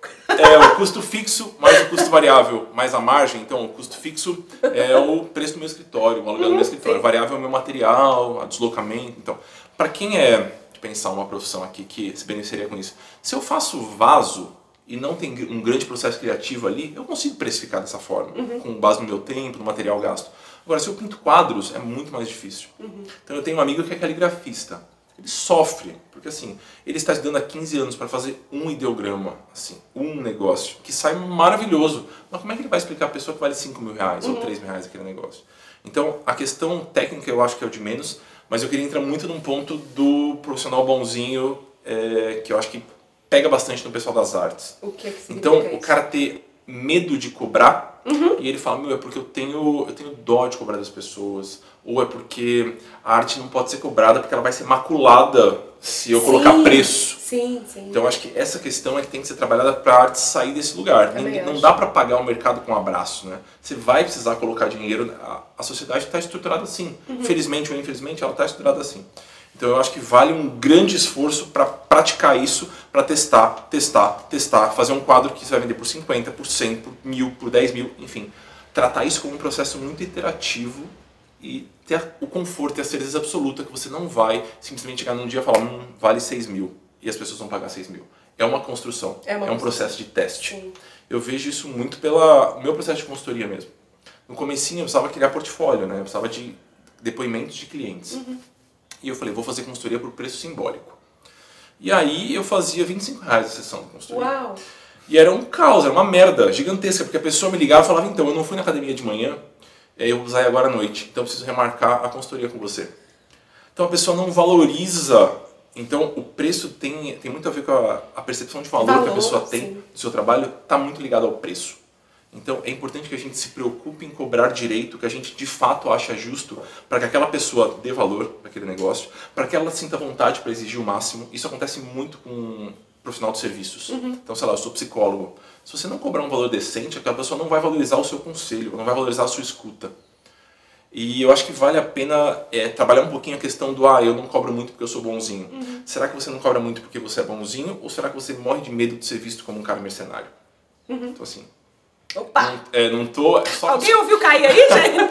É o custo fixo mais o custo variável, mais a margem. Então, o custo fixo é o preço do meu escritório, o aluguel do meu escritório. Sim. Variável é o meu material, o deslocamento. Então, para quem é de pensar uma profissão aqui que se beneficiaria com isso, se eu faço vaso e não tem um grande processo criativo ali, eu consigo precificar dessa forma, uhum. com base no meu tempo, no material gasto. Agora, se eu pinto quadros, é muito mais difícil. Uhum. Então eu tenho um amigo que é caligrafista. Ele sofre, porque assim, ele está estudando há quinze anos para fazer um ideograma, assim, um negócio, que sai maravilhoso. Mas como é que ele vai explicar a pessoa que vale cinco mil reais uhum. ou três mil reais aquele negócio? Então, a questão técnica eu acho que é o de menos, mas eu queria entrar muito num ponto do profissional bonzinho, é, que eu acho que pega bastante no pessoal das artes. O que, que então, isso? o cara ter medo de cobrar, uhum. e ele fala, meu, é porque eu tenho, eu tenho dó de cobrar das pessoas, ou é porque a arte não pode ser cobrada porque ela vai ser maculada se eu sim, colocar preço. Sim, sim. Então, eu acho que essa questão é que tem que ser trabalhada para a arte sair desse lugar. Ninguém, não dá para pagar o mercado com um abraço, né? Você vai precisar colocar dinheiro, a, a sociedade está estruturada assim. Uhum. Felizmente ou infelizmente, ela está estruturada assim. Então eu acho que vale um grande esforço para praticar isso, para testar, testar, testar, fazer um quadro que você vai vender por cinquenta, por cem, por mil, por dez mil, enfim. Tratar isso como um processo muito iterativo e ter o conforto e a certeza absoluta que você não vai simplesmente chegar num dia e falar, hum, vale seis mil e as pessoas vão pagar seis mil. É uma construção, é, uma é um processo de teste. Sim. Eu vejo isso muito pelo meu processo de consultoria mesmo. No comecinho eu precisava criar portfólio, né? Eu precisava de depoimentos de clientes. Uhum. E eu falei, vou fazer consultoria por preço simbólico. E aí eu fazia vinte e cinco reais a sessão de consultoria. Uau. E era um caos, era uma merda gigantesca, porque a pessoa me ligava e falava, então, eu não fui na academia de manhã, eu vou usar agora à noite, então eu preciso remarcar a consultoria com você. Então a pessoa não valoriza, então o preço tem, tem muito a ver com a, a percepção de valor, valor que a pessoa tem sim. do seu trabalho, está muito ligado ao preço. Então é importante que a gente se preocupe em cobrar direito, que a gente de fato acha justo, para que aquela pessoa dê valor para aquele negócio, para que ela sinta vontade para exigir o máximo. Isso acontece muito com um profissional de serviços. Uhum. Então, sei lá, eu sou psicólogo. Se você não cobrar um valor decente, aquela pessoa não vai valorizar o seu conselho, não vai valorizar a sua escuta. E eu acho que vale a pena é, trabalhar um pouquinho a questão do ah, eu não cobro muito porque eu sou bonzinho. Uhum. Será que você não cobra muito porque você é bonzinho? Ou será que você morre de medo de ser visto como um cara mercenário? Uhum. Então, assim... Opa! Não, é, não tô... É só Alguém ouviu cair aí,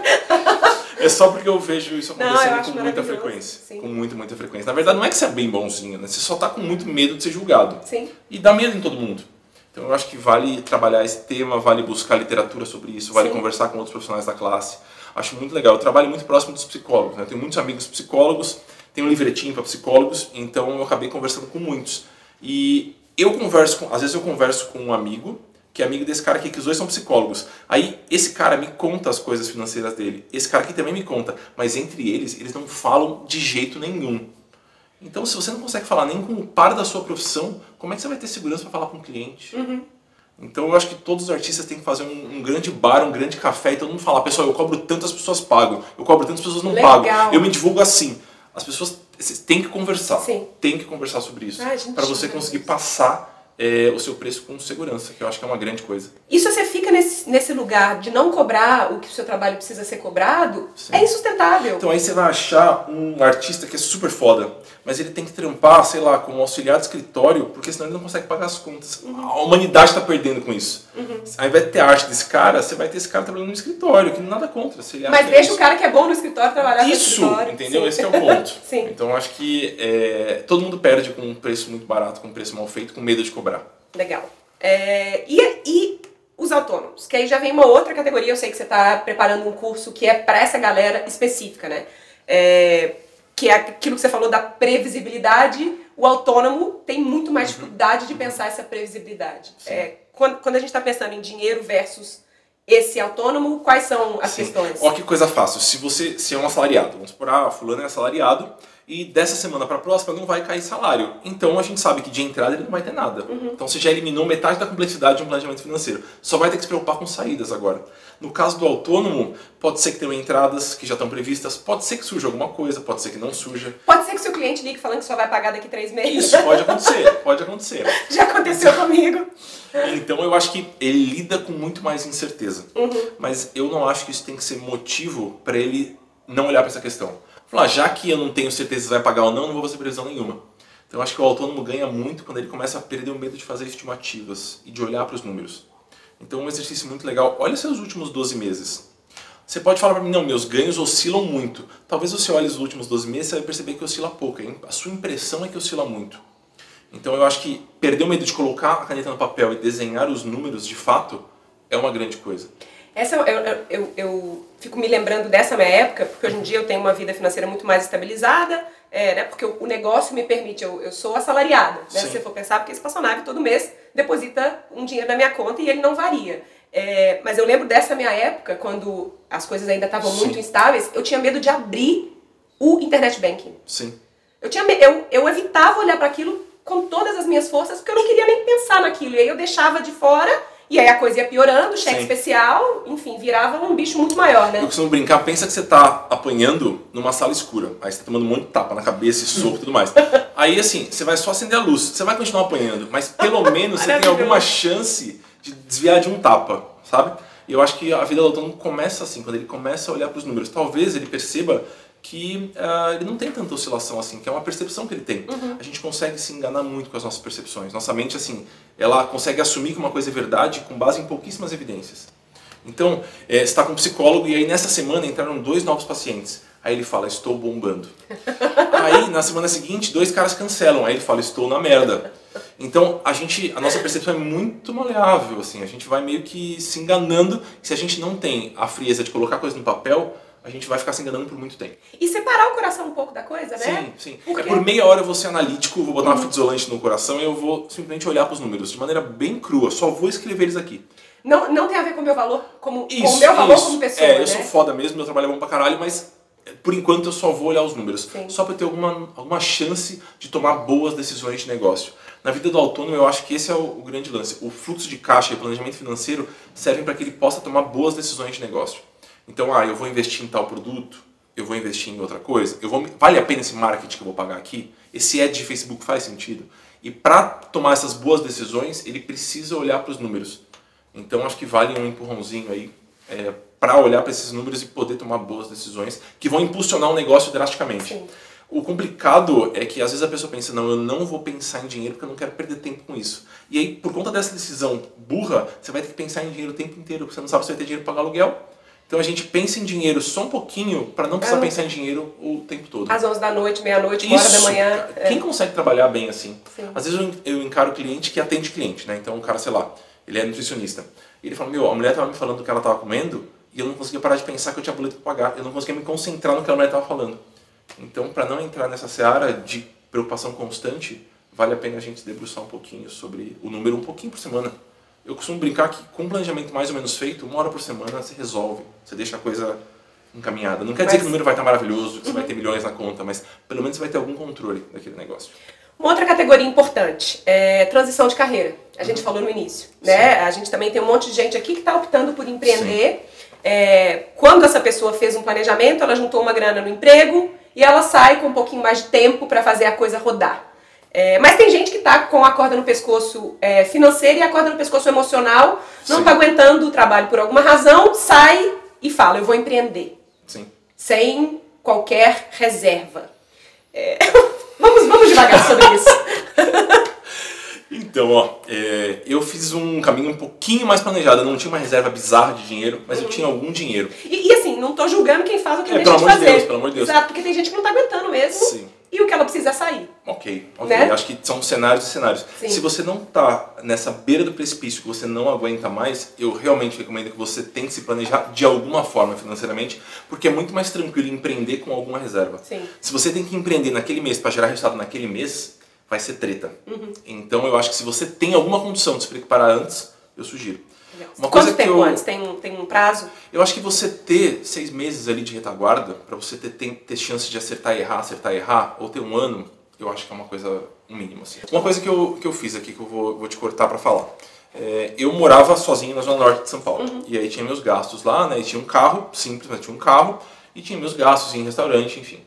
gente? É só porque eu vejo isso acontecendo não, com muita frequência. Sim. Com muita, muita frequência. Na verdade, não é que você é bem bonzinho, né? Você só tá com muito medo de ser julgado. Sim. E dá medo em todo mundo. Então eu acho que vale trabalhar esse tema, vale buscar literatura sobre isso, vale Sim. conversar com outros profissionais da classe. Acho muito legal. Eu trabalho muito próximo dos psicólogos, né? Eu tenho muitos amigos psicólogos, tenho um livretinho para psicólogos, então eu acabei conversando com muitos. E eu converso com, às vezes eu converso com um amigo, que é amigo desse cara aqui, que os dois são psicólogos. Aí esse cara me conta as coisas financeiras dele, esse cara aqui também me conta, mas entre eles, eles não falam de jeito nenhum. Então se você não consegue falar nem com o par da sua profissão, como é que você vai ter segurança para falar com o cliente? Uhum. Então eu acho que todos os artistas têm que fazer um, um grande bar, um grande café e todo mundo falar, pessoal, eu cobro tanto, as pessoas pagam, eu cobro tanto, as pessoas não Legal. pagam, eu me divulgo assim. As pessoas têm que conversar, Sim. têm que conversar sobre isso, ah, para você conseguir passar é, o seu preço com segurança, que eu acho que é uma grande coisa. E se você fica nesse, nesse lugar de não cobrar o que o seu trabalho precisa ser cobrado, Sim. é insustentável. Então aí você vai achar um artista que é super foda, mas ele tem que trampar, sei lá, como auxiliar de escritório, porque senão ele não consegue pagar as contas. Uhum. A humanidade está perdendo com isso. Uhum. Ao invés de ter a arte desse cara, você vai ter esse cara trabalhando no escritório, que nada contra. Se ele mas deixa isso. O cara que é bom no escritório trabalhar no isso, escritório. Isso, entendeu? Sim. Esse é o ponto. Sim. Então eu acho que é, todo mundo perde com um preço muito barato, com um preço mal feito, com medo de cobrar. Legal. É, e, e os autônomos? Que aí já vem uma outra categoria, eu sei que você está preparando um curso que é para essa galera específica, né? É, que é aquilo que você falou da previsibilidade, o autônomo tem muito mais dificuldade de pensar essa previsibilidade. É, quando, quando a gente está pensando em dinheiro versus esse autônomo, quais são as Sim. questões? Olha que coisa fácil. Se você se é um assalariado, vamos supor, ah, fulano é assalariado, e dessa semana para a próxima não vai cair salário. Então a gente sabe que de entrada ele não vai ter nada. Uhum. Então você já eliminou metade da complexidade de um planejamento financeiro. Só vai ter que se preocupar com saídas agora. No caso do autônomo, pode ser que tenham entradas que já estão previstas, pode ser que surja alguma coisa, pode ser que não surja. Pode ser que seu cliente ligue falando que só vai pagar daqui três meses. Isso, pode acontecer, pode acontecer. Já aconteceu comigo. Então eu acho que ele lida com muito mais incerteza. Uhum. Mas eu não acho que isso tem que ser motivo para ele não olhar para essa questão. Falar, já que eu não tenho certeza se vai pagar ou não, não vou fazer previsão nenhuma. Então eu acho que o autônomo ganha muito quando ele começa a perder o medo de fazer estimativas e de olhar para os números. Então um exercício muito legal, olha seus últimos doze meses. Você pode falar para mim, não, meus ganhos oscilam muito. Talvez você olhe os últimos doze meses e você vai perceber que oscila pouco. Hein? A sua impressão é que oscila muito. Então eu acho que perder o medo de colocar a caneta no papel e desenhar os números de fato é uma grande coisa. Essa, eu, eu, eu, eu fico me lembrando dessa minha época, porque hoje em dia eu tenho uma vida financeira muito mais estabilizada, é, né, porque o negócio me permite, eu, eu sou assalariada, né, se você for pensar, porque esse espaçonave todo mês deposita um dinheiro na minha conta e ele não varia. É, mas eu lembro dessa minha época, quando as coisas ainda estavam muito instáveis, eu tinha medo de abrir o internet banking. Sim. Eu, tinha, eu, eu evitava olhar para aquilo com todas as minhas forças, porque eu não queria nem pensar naquilo, e aí eu deixava de fora. E aí a coisa ia piorando, cheque Sim. especial, enfim, virava um bicho muito maior, né? Eu costumo brincar, pensa que você tá apanhando numa sala escura. Aí você tá tomando um monte de tapa na cabeça, soco e tudo mais. Aí assim, você vai só acender a luz, você vai continuar apanhando, mas pelo menos você tem alguma chance de desviar de um tapa, sabe? E eu acho que a vida do autônomo começa assim, quando ele começa a olhar para os números. Talvez ele perceba que uh, ele não tem tanta oscilação assim, que é uma percepção que ele tem. Uhum. A gente consegue se enganar muito com as nossas percepções. Nossa mente, assim, ela consegue assumir que uma coisa é verdade com base em pouquíssimas evidências. Então, é, você está com um psicólogo e aí nessa semana entraram dois novos pacientes. Aí ele fala, estou bombando. Aí, na semana seguinte, dois caras cancelam. Aí ele fala, estou na merda. Então, a, gente, a nossa percepção é muito maleável, assim. A gente vai meio que se enganando. Se a gente não tem a frieza de colocar coisa no papel, a gente vai ficar se enganando por muito tempo. E separar o coração um pouco da coisa, né? Sim, sim. Porque... É por meia hora eu vou ser analítico, vou botar uma fita isolante no coração e eu vou simplesmente olhar para os números de maneira bem crua. Só vou escrever eles aqui. Não, não tem a ver com o meu valor como, isso, com o meu valor isso. como pessoa, É, né? eu sou foda mesmo, meu trabalho é bom pra caralho, mas por enquanto eu só vou olhar os números. Sim. Só para ter alguma, alguma chance de tomar boas decisões de negócio. Na vida do autônomo eu acho que esse é o, o grande lance. O fluxo de caixa e o planejamento financeiro servem para que ele possa tomar boas decisões de negócio. Então, ah, eu vou investir em tal produto, eu vou investir em outra coisa, eu vou, vale a pena esse marketing que eu vou pagar aqui? Esse ad de Facebook faz sentido? E para tomar essas boas decisões, ele precisa olhar para os números. Então acho que vale um empurrãozinho aí é, para olhar para esses números e poder tomar boas decisões que vão impulsionar o negócio drasticamente. Sim. O complicado é que às vezes a pessoa pensa, não, eu não vou pensar em dinheiro porque eu não quero perder tempo com isso. E aí, por conta dessa decisão burra, você vai ter que pensar em dinheiro o tempo inteiro, porque você não sabe se vai ter dinheiro para pagar aluguel. Então a gente pensa em dinheiro só um pouquinho para não precisar é. pensar em dinheiro o tempo todo. Às onze da noite, meia-noite, uma hora da manhã. Quem é. consegue trabalhar bem assim? Sim. Às vezes eu, eu encaro cliente que atende cliente, né? Então o cara, sei lá, ele é nutricionista. E ele fala, meu, a mulher estava me falando do que ela estava comendo e eu não conseguia parar de pensar que eu tinha boleto para pagar. Eu não conseguia me concentrar no que a mulher estava falando. Então, para não entrar nessa seara de preocupação constante, vale a pena a gente debruçar um pouquinho sobre o número, um pouquinho por semana. Eu costumo brincar que com um planejamento mais ou menos feito, uma hora por semana você resolve, você deixa a coisa encaminhada. Não quer dizer mas... que o número vai estar maravilhoso, que você uhum. vai ter milhões na conta, mas pelo menos você vai ter algum controle daquele negócio. Uma outra categoria importante é transição de carreira. A gente uhum. falou no início, né? Sim. A gente também tem um monte de gente aqui que está optando por empreender. É, quando essa pessoa fez um planejamento, ela juntou uma grana no emprego e ela sai com um pouquinho mais de tempo para fazer a coisa rodar. É, mas tem gente que está com a corda no pescoço é, financeira e a corda no pescoço emocional, não está aguentando o trabalho por alguma razão, sai e fala, eu vou empreender. Sim. Sem qualquer reserva. É, vamos, vamos devagar sobre isso. Então, ó, é, eu fiz um caminho um pouquinho mais planejado. Eu não tinha uma reserva bizarra de dinheiro, mas uhum. eu tinha algum dinheiro. E, e assim, não tô julgando quem faz o que é, deixa de fazer. Deus, pelo amor de Deus. Exato, porque tem gente que não tá aguentando mesmo. Sim. E o que ela precisa é sair. Ok, ok. Né? Acho que são cenários e cenários. Sim. Se você não tá nessa beira do precipício, que você não aguenta mais, eu realmente recomendo que você tente se planejar de alguma forma financeiramente, porque é muito mais tranquilo empreender com alguma reserva. Sim. Se você tem que empreender naquele mês para gerar resultado naquele mês, vai ser treta. Uhum. Então eu acho que se você tem alguma condição de se preparar antes, eu sugiro. Uma coisa Quanto tempo eu, antes? Tem um, tem um prazo? Eu acho que você ter seis meses ali de retaguarda, para você ter, ter, ter chance de acertar e errar, acertar e errar, ou ter um ano, eu acho que é uma coisa, um mínimo. Assim. Uma coisa que eu, que eu fiz aqui, que eu vou, vou te cortar para falar. É, eu morava sozinho na Zona Norte de São Paulo. Uhum. E aí tinha meus gastos lá, né? E tinha um carro, simples, mas tinha um carro. E tinha meus gastos em restaurante, enfim.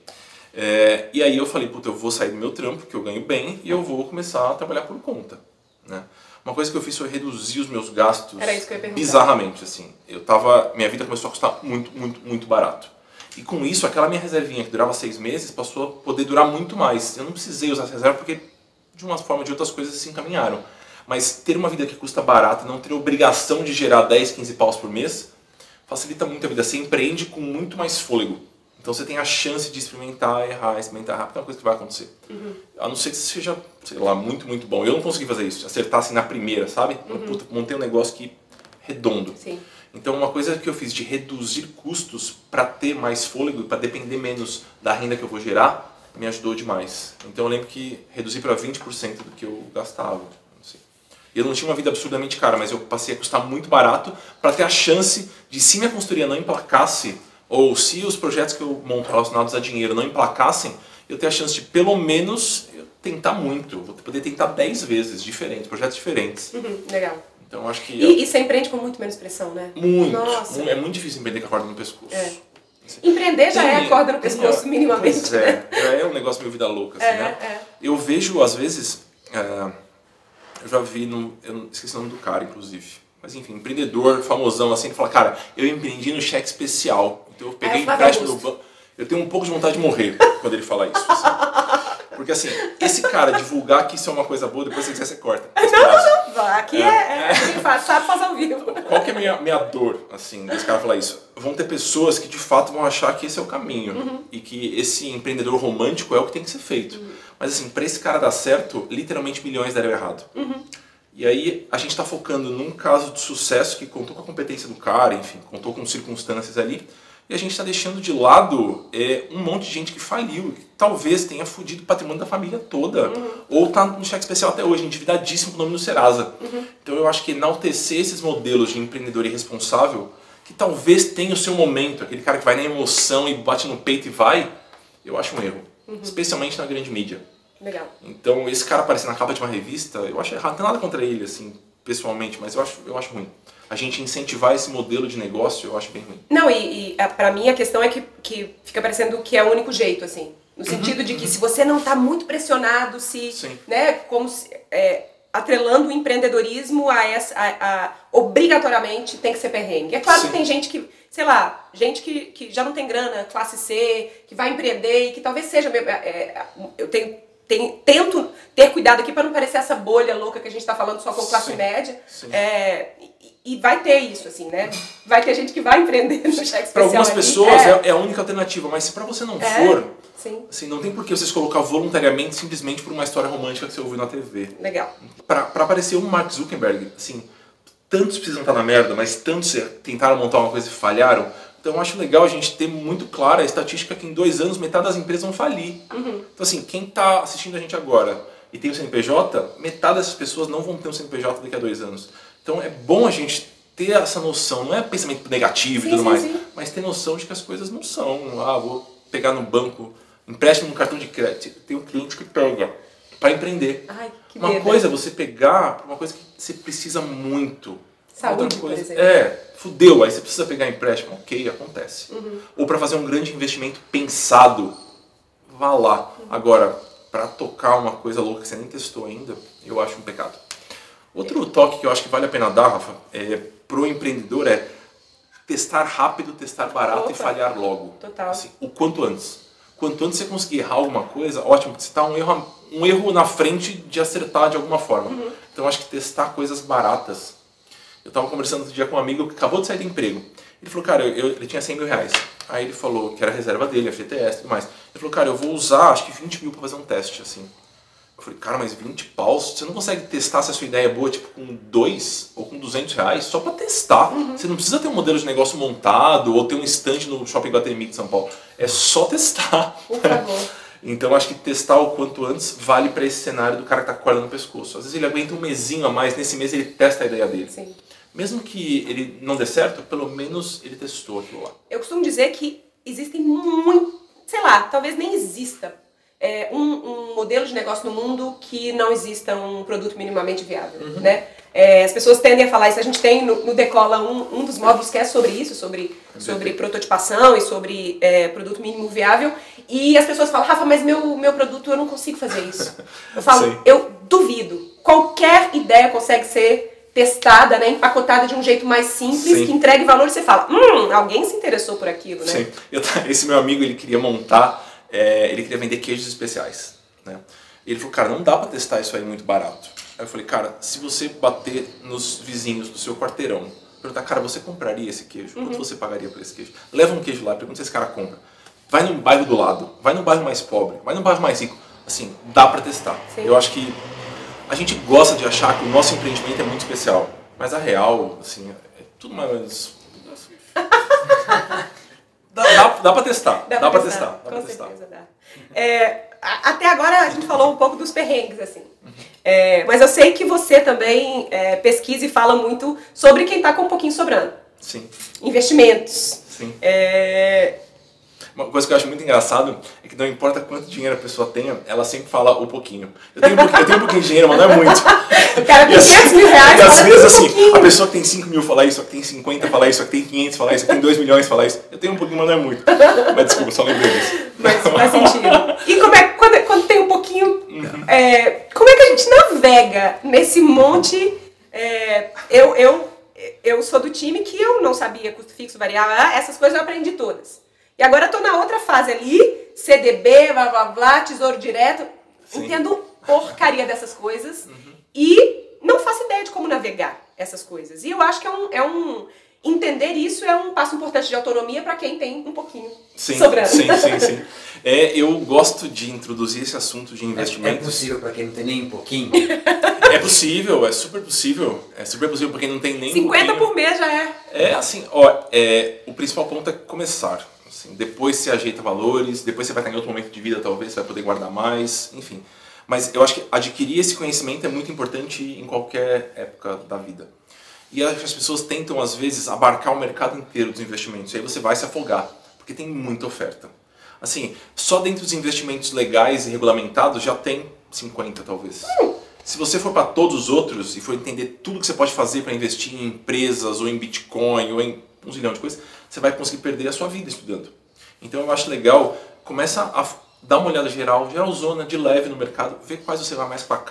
É, e aí eu falei, puta, eu vou sair do meu trampo, que eu ganho bem, e eu vou começar a trabalhar por conta, né? Uma coisa que eu fiz foi reduzir os meus gastos Era isso que eu ia perguntar. bizarramente, assim. Eu tava, minha vida começou a custar muito, muito, muito barato. E com isso, aquela minha reservinha que durava seis meses passou a poder durar muito mais. Eu não precisei usar essa reserva porque, de uma forma ou de outras coisas, se encaminharam. Mas ter uma vida que custa barato, não ter obrigação de gerar dez, quinze paus por mês, facilita muito a vida. Você empreende com muito mais fôlego. Então você tem a chance de experimentar, errar, experimentar rápido, é uma coisa que vai acontecer. Uhum. A não ser que você seja, sei lá, muito, muito bom. Eu não consegui fazer isso, acertar assim na primeira, sabe? Uhum. Puta, montei um negócio que redondo. Sim. Então uma coisa que eu fiz de reduzir custos para ter mais fôlego, para depender menos da renda que eu vou gerar, me ajudou demais. Então eu lembro que reduzi para vinte por cento do que eu gastava. Não sei. Eu não tinha uma vida absurdamente cara, mas eu passei a custar muito barato para ter a chance de, se minha consultoria não emplacasse, ou se os projetos que eu monto relacionados a dinheiro não emplacassem, eu ter a chance de, pelo menos, tentar muito. Eu vou poder tentar dez vezes, diferentes, projetos diferentes. Uhum, legal. Então, acho que... E, eu... e você empreende com muito menos pressão, né? Muito. Nossa. É muito difícil empreender com a corda no pescoço. É. Empreender já tem, é a corda no pescoço, tem, minimamente. Pois é, já é um negócio meio vida louca, assim, é, né? É. Eu vejo, às vezes... É, eu já vi, no, eu esqueci o nome do cara, inclusive. Mas enfim, empreendedor famosão assim, ele fala, cara, eu empreendi no cheque especial. Então eu peguei é, empréstimo do banco. Eu tenho um pouco de vontade de morrer quando ele fala isso. Assim. Porque assim, esse cara divulgar que isso é uma coisa boa, depois se quiser você corta. Não, não, aqui é, é, é quem faz, sabe fazer ao vivo. Qual que é a minha, minha dor, assim, desse cara falar isso? Vão ter pessoas que de fato vão achar que esse é o caminho. Uhum. E que esse empreendedor romântico é o que tem que ser feito. Uhum. Mas assim, pra esse cara dar certo, literalmente milhões deram errado. Uhum. E aí a gente está focando num caso de sucesso que contou com a competência do cara, enfim, contou com circunstâncias ali, e a gente está deixando de lado é, um monte de gente que faliu, que talvez tenha fudido o patrimônio da família toda, uhum. ou está no cheque especial até hoje, endividadíssimo com o nome no Serasa. Uhum. Então eu acho que enaltecer esses modelos de empreendedor irresponsável, que talvez tenha o seu momento, aquele cara que vai na emoção e bate no peito e vai, eu acho um erro, uhum. especialmente na grande mídia. Legal. Então, esse cara aparecer na capa de uma revista, eu acho errado. Não tem nada contra ele, assim, pessoalmente, mas eu acho, eu acho ruim. A gente incentivar esse modelo de negócio, eu acho bem ruim. Não, e, e a, pra mim a questão é que, que fica parecendo que é o único jeito, assim. No sentido uhum, de que uhum. se você não tá muito pressionado, se... Sim. Né, como se... É, atrelando o empreendedorismo a essa, a, a, obrigatoriamente tem que ser perrengue. É claro Sim. que tem gente que, sei lá, gente que, que já não tem grana, classe C, que vai empreender e que talvez seja, é, é, eu tenho, tenho, tento ter cuidado aqui para não parecer essa bolha louca que a gente está falando só com classe Sim. média, Sim. É, e, e vai ter isso, assim, né? Vai ter gente que vai empreender no cheque especial. Para algumas ali. pessoas é. É, é a única alternativa, mas se para você não É. for... Sim. Assim, não tem por que você se colocar voluntariamente simplesmente por uma história romântica que você ouviu na T V. Legal. Pra, pra aparecer um Mark Zuckerberg, assim, tantos precisam estar na merda, mas tantos tentaram montar uma coisa e falharam. Então eu acho legal a gente ter muito clara a estatística que em dois anos metade das empresas vão falir. Uhum. Então assim, quem está assistindo a gente agora e tem o C N P J, metade dessas pessoas não vão ter um C N P J daqui a dois anos. Então é bom a gente ter essa noção, não é pensamento negativo sim, e tudo sim, mais, sim. mas ter noção de que as coisas não são, ah, vou pegar no banco, empréstimo no cartão de crédito, tem um cliente que pega para empreender. Ai, que uma medo. coisa é você pegar uma coisa que você precisa muito. Saúde, Outra coisa, por exemplo. É, fudeu, aí você precisa pegar empréstimo. Ok, acontece. Uhum. Ou para fazer um grande investimento pensado, vá lá. Uhum. Agora, para tocar uma coisa louca que você nem testou ainda, eu acho um pecado. Outro toque que eu acho que vale a pena dar, Rafa, é, pro empreendedor é testar rápido, testar barato Opa. E falhar logo. Total. Assim, o quanto antes. Quanto antes você conseguir errar alguma coisa, ótimo, porque você está um erro, um erro na frente de acertar de alguma forma. Uhum. Então acho que testar coisas baratas. Eu estava conversando outro dia com um amigo que acabou de sair do emprego. Ele falou, cara, eu, eu, ele tinha cem mil reais. Aí ele falou que era a reserva dele, F G T S e tudo mais. Ele falou, cara, eu vou usar acho que vinte mil para fazer um teste, assim. Eu falei, cara, mas vinte paus? Você não consegue testar se a sua ideia é boa, tipo, com dois ou com duzentos reais? Só para testar. Uhum. Você não precisa ter um modelo de negócio montado ou ter um stand no Shopping Guatemi de São Paulo. É só testar. Por favor. Então acho que testar o quanto antes vale para esse cenário do cara que tá com a corda no pescoço. Às vezes ele aguenta um mesinho a mais, nesse mês ele testa a ideia dele. Sim. Mesmo que ele não dê certo, pelo menos ele testou aquilo lá. Eu costumo dizer que existem muito, sei lá, talvez nem exista é, um, um modelo de negócio no mundo que não exista um produto minimamente viável, uhum. né? É, as pessoas tendem a falar isso. A gente tem no, no Decola um, um dos módulos que é sobre isso, sobre, sobre prototipação e sobre é, produto mínimo viável. E as pessoas falam, Rafa, mas meu, meu produto eu não consigo fazer isso. Eu falo, Sim. eu duvido. Qualquer ideia consegue ser testada, né, empacotada de um jeito mais simples, Sim. que entregue valor e você fala, hum, alguém se interessou por aquilo, né? Sim. Eu, esse meu amigo, ele queria montar, é, ele queria vender queijos especiais, né? E ele falou, cara, não dá pra testar isso aí muito barato. Aí eu falei, cara, se você bater nos vizinhos do seu quarteirão, perguntar, cara, você compraria esse queijo? Quanto uhum. você pagaria por esse queijo? Leva um queijo lá, pergunta se esse cara compra. Vai num bairro do lado, vai num bairro mais pobre, vai num bairro mais rico. Assim, dá pra testar. Sim. Eu acho que a gente gosta de achar que o nosso empreendimento é muito especial, mas a real, assim, é tudo mais... dá, dá, dá pra testar, dá, dá pra testar. testar. Dá Com pra certeza testar. dá. É, até agora a gente falou um pouco dos perrengues, assim. Uhum. É, mas eu sei que você também é, pesquisa e fala muito sobre quem tá com um pouquinho sobrando. Sim. Investimentos. Sim. É... Uma coisa que eu acho muito engraçado é que não importa quanto dinheiro a pessoa tenha, ela sempre fala o pouquinho. Eu tenho um pouquinho, eu tenho um pouquinho de dinheiro, mas não é muito. O cara tem quinhentos mil reais, e às vezes, um assim, pouquinho. a pessoa que tem cinco mil fala isso, a que tem cinquenta fala isso, a que tem quinhentos fala isso, a que tem dois milhões fala isso. Eu tenho um pouquinho, mas não é muito. Mas desculpa, só lembrei disso. Mas faz sentido. E como é, quando, quando tem um pouquinho, uhum. é, como é que a gente navega nesse monte? É, eu, eu, eu sou do time que eu não sabia custo fixo, variável, essas coisas eu aprendi todas. E agora eu tô na outra fase ali, C D B, blá blá blá, tesouro direto. Sim. Entendo porcaria dessas coisas uhum. e não faço ideia de como navegar essas coisas. E eu acho que é um, é um entender isso é um passo importante de autonomia para quem tem um pouquinho sim, sobrando. Sim, sim, sim. É, eu gosto de introduzir esse assunto de investimentos. É, é possível para quem não tem nem um pouquinho? É possível, é super possível. É super possível para quem não tem nem cinquenta um pouquinho. Por mês já é. É assim, ó, é, o principal ponto é começar. Assim, depois você ajeita valores, depois você vai estar em outro momento de vida, talvez você vai poder guardar mais, enfim. Mas eu acho que adquirir esse conhecimento é muito importante em qualquer época da vida. E acho que as pessoas tentam, às vezes, abarcar o mercado inteiro dos investimentos. E aí você vai se afogar, porque tem muita oferta. Assim, só dentro dos investimentos legais e regulamentados já tem cinquenta, talvez. Hum. Se você for para todos os outros e for entender tudo que você pode fazer para investir em empresas, ou em Bitcoin, ou em um zilhão de coisas, você vai conseguir perder a sua vida estudando. Então eu acho legal, começa a dar uma olhada geral, geralzona, de leve no mercado, ver quais você vai mais com a cara.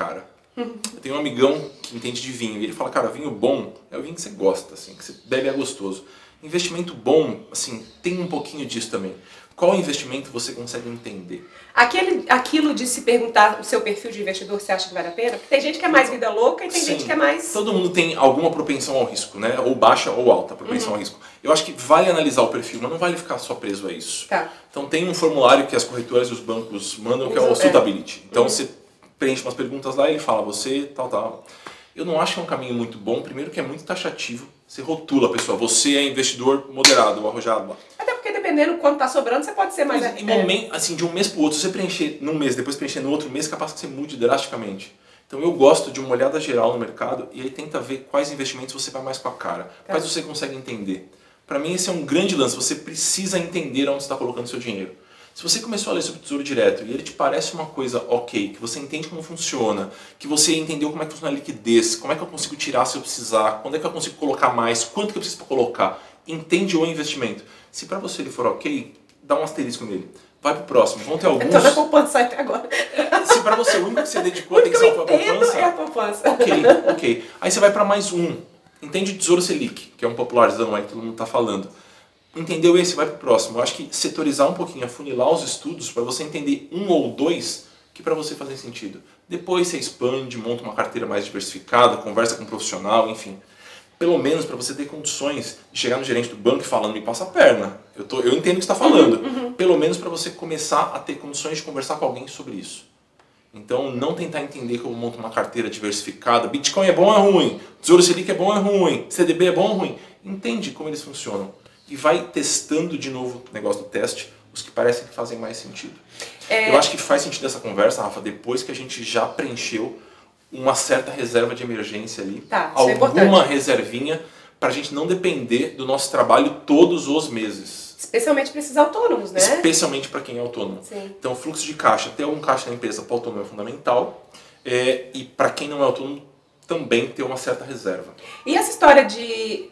Eu tenho um amigão que entende de vinho e ele fala, cara, vinho bom é o vinho que você gosta, assim, que você bebe é gostoso. Investimento bom, assim, tem um pouquinho disso também. Qual investimento você consegue entender? Aquele, aquilo de se perguntar o seu perfil de investidor, você acha que vale a pena? Porque tem gente que é mais vida louca e tem Sim, gente que é mais... todo mundo tem alguma propensão ao risco, né? Ou baixa ou alta propensão uhum. ao risco. Eu acho que vale analisar o perfil, mas não vale ficar só preso a isso. Tá. Então tem um formulário que as corretoras e os bancos mandam, que é o Suitability. Então uhum. você preenche umas perguntas lá e ele fala, você, tal, tal. Eu não acho que é um caminho muito bom. Primeiro que é muito taxativo. Você rotula a pessoa. Você é investidor moderado ou arrojado lá. Até porque dependendo do quanto está sobrando, você pode ser mais... Mas, em momento, assim, de um mês para o outro, se você preencher num mês, depois preencher no outro mês, capaz que você mude drasticamente. Então eu gosto de uma olhada geral no mercado e aí tenta ver quais investimentos você vai mais com a cara. Tá. Quais você consegue entender. Para mim esse é um grande lance. Você precisa entender onde você está colocando seu dinheiro. Se você começou a ler sobre Tesouro Direto e ele te parece uma coisa ok, que você entende como funciona, que você entendeu como é que funciona a liquidez, como é que eu consigo tirar se eu precisar, quando é que eu consigo colocar mais, quanto que eu preciso para colocar, entende o investimento. Se para você ele for ok, dá um asterisco nele. Vai pro próximo. Vão ter alguns... Então na poupança até agora. Se para você o único que você dedicou a atenção foi a poupança... é a poupança. Ok, ok. Aí você vai para mais um. Entende o Tesouro Selic, que é um popularzão aí que todo mundo está falando. Entendeu esse, vai para o próximo. Eu acho que setorizar um pouquinho, afunilar os estudos para você entender um ou dois que para você fazem sentido. Depois você expande, monta uma carteira mais diversificada, conversa com um profissional, enfim. Pelo menos para você ter condições de chegar no gerente do banco e falando, me passa a perna. Eu, tô, eu entendo o que você está falando. Uhum, uhum. Pelo menos para você começar a ter condições de conversar com alguém sobre isso. Então não tentar entender como monta uma carteira diversificada. Bitcoin é bom ou é ruim? Tesouro Selic é bom ou é ruim? C D B é bom ou é ruim? Entende como eles funcionam. E vai testando de novo o negócio do teste, os que parecem que fazem mais sentido. É... Eu acho que faz sentido essa conversa, Rafa, depois que a gente já preencheu uma certa reserva de emergência ali, tá, alguma é reservinha, para a gente não depender do nosso trabalho todos os meses. Especialmente para esses autônomos, né? Especialmente para quem é autônomo. Sim. Então, fluxo de caixa, ter algum caixa na empresa para o autônomo é fundamental. É, e para quem não é autônomo, também ter uma certa reserva. E essa história de...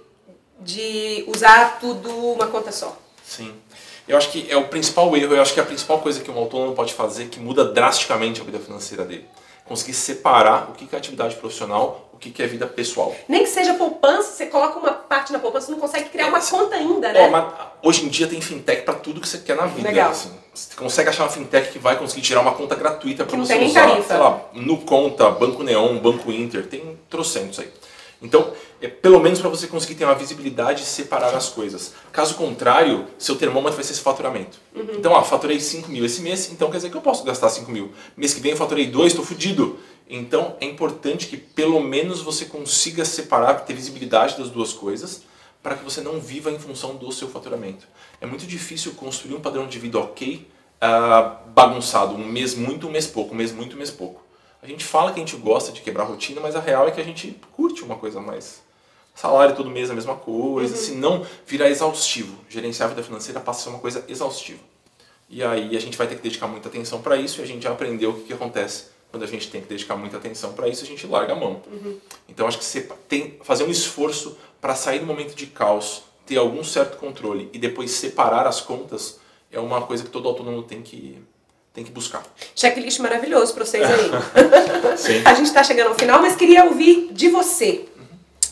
de usar tudo uma conta só. Sim. Eu acho que é o principal erro, eu acho que é a principal coisa que um autônomo pode fazer que muda drasticamente a vida financeira dele. Conseguir separar o que é atividade profissional, o que é vida pessoal. Nem que seja poupança, você coloca uma parte na poupança, você não consegue criar uma conta ainda, né? Ó, mas hoje em dia tem fintech para tudo que você quer na vida. Legal. Assim. Você consegue achar uma fintech que vai conseguir tirar uma conta gratuita para você não tem usar. Nem tarifa. Sei lá, no Conta, Banco Neon, Banco Inter, tem trocentos aí. Então, é pelo menos para você conseguir ter uma visibilidade e separar as coisas. Caso contrário, seu termômetro vai ser esse faturamento. Uhum. Então, ó, faturei cinco mil esse mês, então quer dizer que eu posso gastar cinco mil. Mês que vem eu faturei dois, estou fudido. Então, é importante que pelo menos você consiga separar, ter visibilidade das duas coisas, para que você não viva em função do seu faturamento. É muito difícil construir um padrão de vida ok, uh, bagunçado, um mês muito, um mês pouco, um mês muito, um mês pouco. A gente fala que a gente gosta de quebrar a rotina, mas a real é que a gente curte uma coisa mais. Salário todo mês é a mesma coisa, uhum. Se não virar exaustivo. Gerenciar a vida financeira passa a ser uma coisa exaustiva. E aí a gente vai ter que dedicar muita atenção para isso e a gente já aprendeu o que, que acontece. Quando a gente tem que dedicar muita atenção para isso, a gente larga a mão. Uhum. Então acho que você tem fazer um esforço para sair do momento de caos, ter algum certo controle e depois separar as contas é uma coisa que todo autônomo tem que... tem que buscar. Checklist maravilhoso para vocês aí. Sim. A gente está chegando ao final, mas queria ouvir de você. Uhum.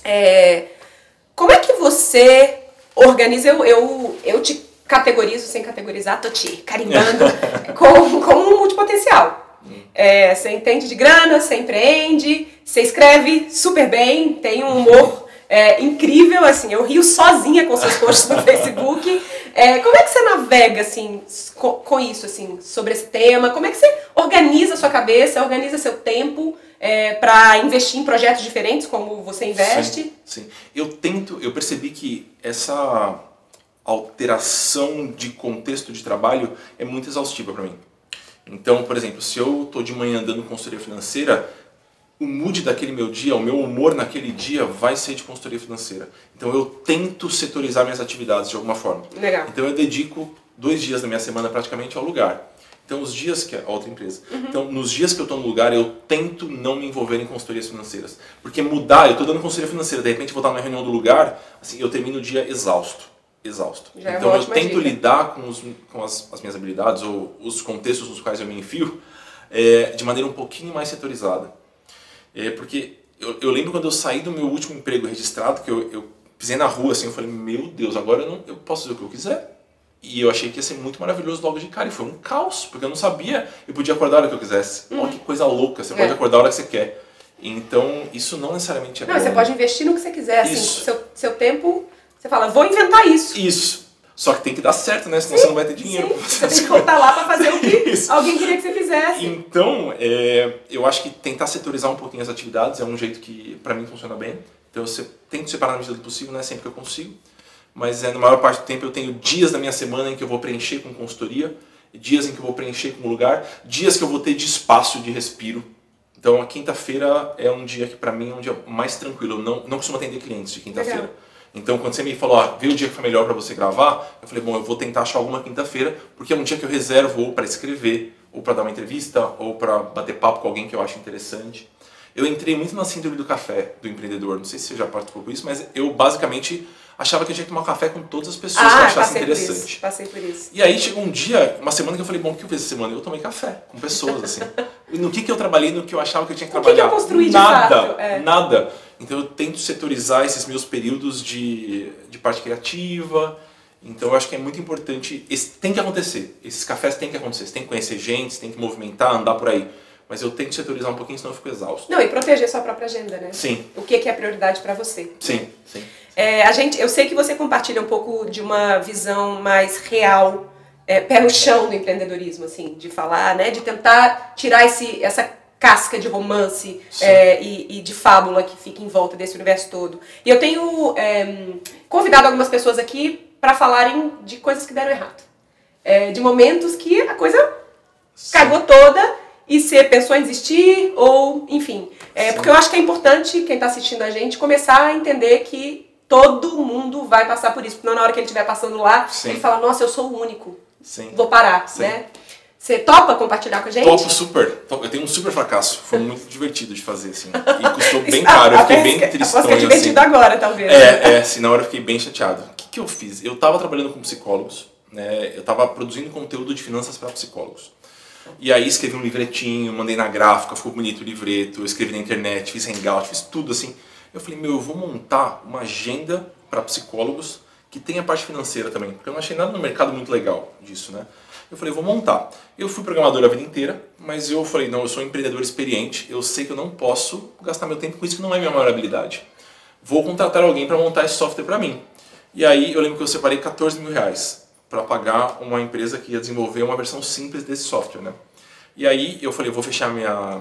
É, como é que você organiza? Eu, eu, eu te categorizo sem categorizar, tô te carimbando como, como um multipotencial. Uhum. É, você entende de grana, você empreende, você escreve super bem, tem um humor é, incrível, assim, eu rio sozinha com seus posts no Facebook. É, como é que você navega, assim, com, com isso, assim, sobre esse tema? Como é que você organiza a sua cabeça, organiza seu tempo é, para investir em projetos diferentes, como você investe? Sim, sim. Eu tento, eu percebi que essa alteração de contexto de trabalho é muito exaustiva para mim. Então, por exemplo, se eu estou de manhã dando consultoria financeira, o mood daquele meu dia, o meu humor naquele dia vai ser de consultoria financeira. Então eu tento setorizar minhas atividades de alguma forma. Legal. Então eu dedico dois dias da minha semana praticamente ao lugar. Então os dias que... a outra empresa. Uhum. Então nos dias que eu estou no lugar, eu tento não me envolver em consultorias financeiras. Porque mudar, eu estou dando consultoria financeira, de repente vou estar na reunião do lugar, assim, eu termino o dia exausto. Exausto. Já então é eu tento dica. lidar com, os, com as, as minhas habilidades ou os contextos nos quais eu me enfio é, de maneira um pouquinho mais setorizada. É porque eu, eu lembro quando eu saí do meu último emprego registrado, que eu, eu pisei na rua assim, eu falei, meu Deus, agora eu, não, eu posso fazer o que eu quiser. E eu achei que ia ser muito maravilhoso logo de cara. E foi um caos, porque eu não sabia. Eu podia acordar a hora que eu quisesse. Uhum. Olha que coisa louca, você é. pode acordar a hora que você quer. Então, isso não necessariamente é não, bom. Você pode investir no que você quiser. Assim, isso. Seu, seu tempo, você fala, vou inventar isso. Isso. Só que tem que dar certo, né? Senão sim, você não vai ter dinheiro. Sim. Pra fazer você tem que voltar lá para fazer o que alguém queria que você fizesse. Então, é, eu acho que tentar setorizar um pouquinho as atividades é um jeito que, pra mim, funciona bem. Então, eu tento separar na medida do possível, não é sempre que eu consigo. Mas é, na maior parte do tempo eu tenho dias da minha semana em que eu vou preencher com consultoria, dias em que eu vou preencher com lugar, dias que eu vou ter de espaço, de respiro. Então, a quinta-feira é um dia que, pra mim, é um dia mais tranquilo. Eu não, não costumo atender clientes de quinta-feira. Então, quando você me falou, ah, vê o dia que foi melhor para você gravar, eu falei, bom, eu vou tentar achar alguma quinta-feira, porque é um dia que eu reservo ou para escrever, ou para dar uma entrevista, ou para bater papo com alguém que eu acho interessante. Eu entrei muito na síndrome do café do empreendedor, não sei se você já participou com isso, mas eu basicamente achava que eu tinha que tomar café com todas as pessoas ah, que eu achasse passei interessante. Por isso, passei por isso. E aí chegou um dia, uma semana que eu falei, bom, o que eu fiz essa semana? Eu tomei café com pessoas, assim. No que, que eu trabalhei, no que eu achava que eu tinha que trabalhar? O que, que eu construí de nada, fato? É. Nada. Então eu tento setorizar esses meus períodos de, de parte criativa. Então eu acho que é muito importante, esse, tem que acontecer, esses cafés têm que acontecer, você tem que conhecer gente, você tem que movimentar, andar por aí. Mas eu tento setorizar um pouquinho, senão eu fico exausto. Não, e proteger sua própria agenda, né? Sim. O que, que é prioridade para você. Sim, né? sim. É, a gente, eu sei que você compartilha um pouco de uma visão mais real, é, pé no chão do empreendedorismo, assim, de falar, né? De tentar tirar esse, essa casca de romance é, e, e de fábula que fica em volta desse universo todo. E eu tenho é, convidado algumas pessoas aqui para falarem de coisas que deram errado. É, de momentos que a coisa Sim. cagou toda e você pensou em desistir ou, enfim. É, porque eu acho que é importante, quem está assistindo a gente, começar a entender que todo mundo vai passar por isso. Porque na hora que ele estiver passando lá, Sim. ele fala, nossa, eu sou o único. Sim. Vou parar, Sim. né? Você topa compartilhar com a gente? Topo super. Eu tenho um super fracasso. Foi muito divertido de fazer, assim. E custou bem caro. Eu fiquei bem tristão. Aposto que é divertido assim. agora, talvez. É, é, assim, na hora eu fiquei bem chateado. O que, que eu fiz? Eu estava trabalhando com psicólogos, né? Eu estava produzindo conteúdo de finanças para psicólogos. E aí escrevi um livretinho, mandei na gráfica, ficou bonito o livreto, eu escrevi na internet, fiz hangout, fiz tudo assim. Eu falei, meu, eu vou montar uma agenda para psicólogos que tenha parte financeira também, porque eu não achei nada no mercado muito legal disso, né? Eu falei, vou montar. Eu fui programador a vida inteira, mas eu falei, não, eu sou um empreendedor experiente, eu sei que eu não posso gastar meu tempo com isso, que não é minha maior habilidade. Vou contratar alguém para montar esse software para mim. E aí eu lembro que eu separei quatorze mil reais para pagar uma empresa que ia desenvolver uma versão simples desse software, né? E aí eu falei, vou fechar minha,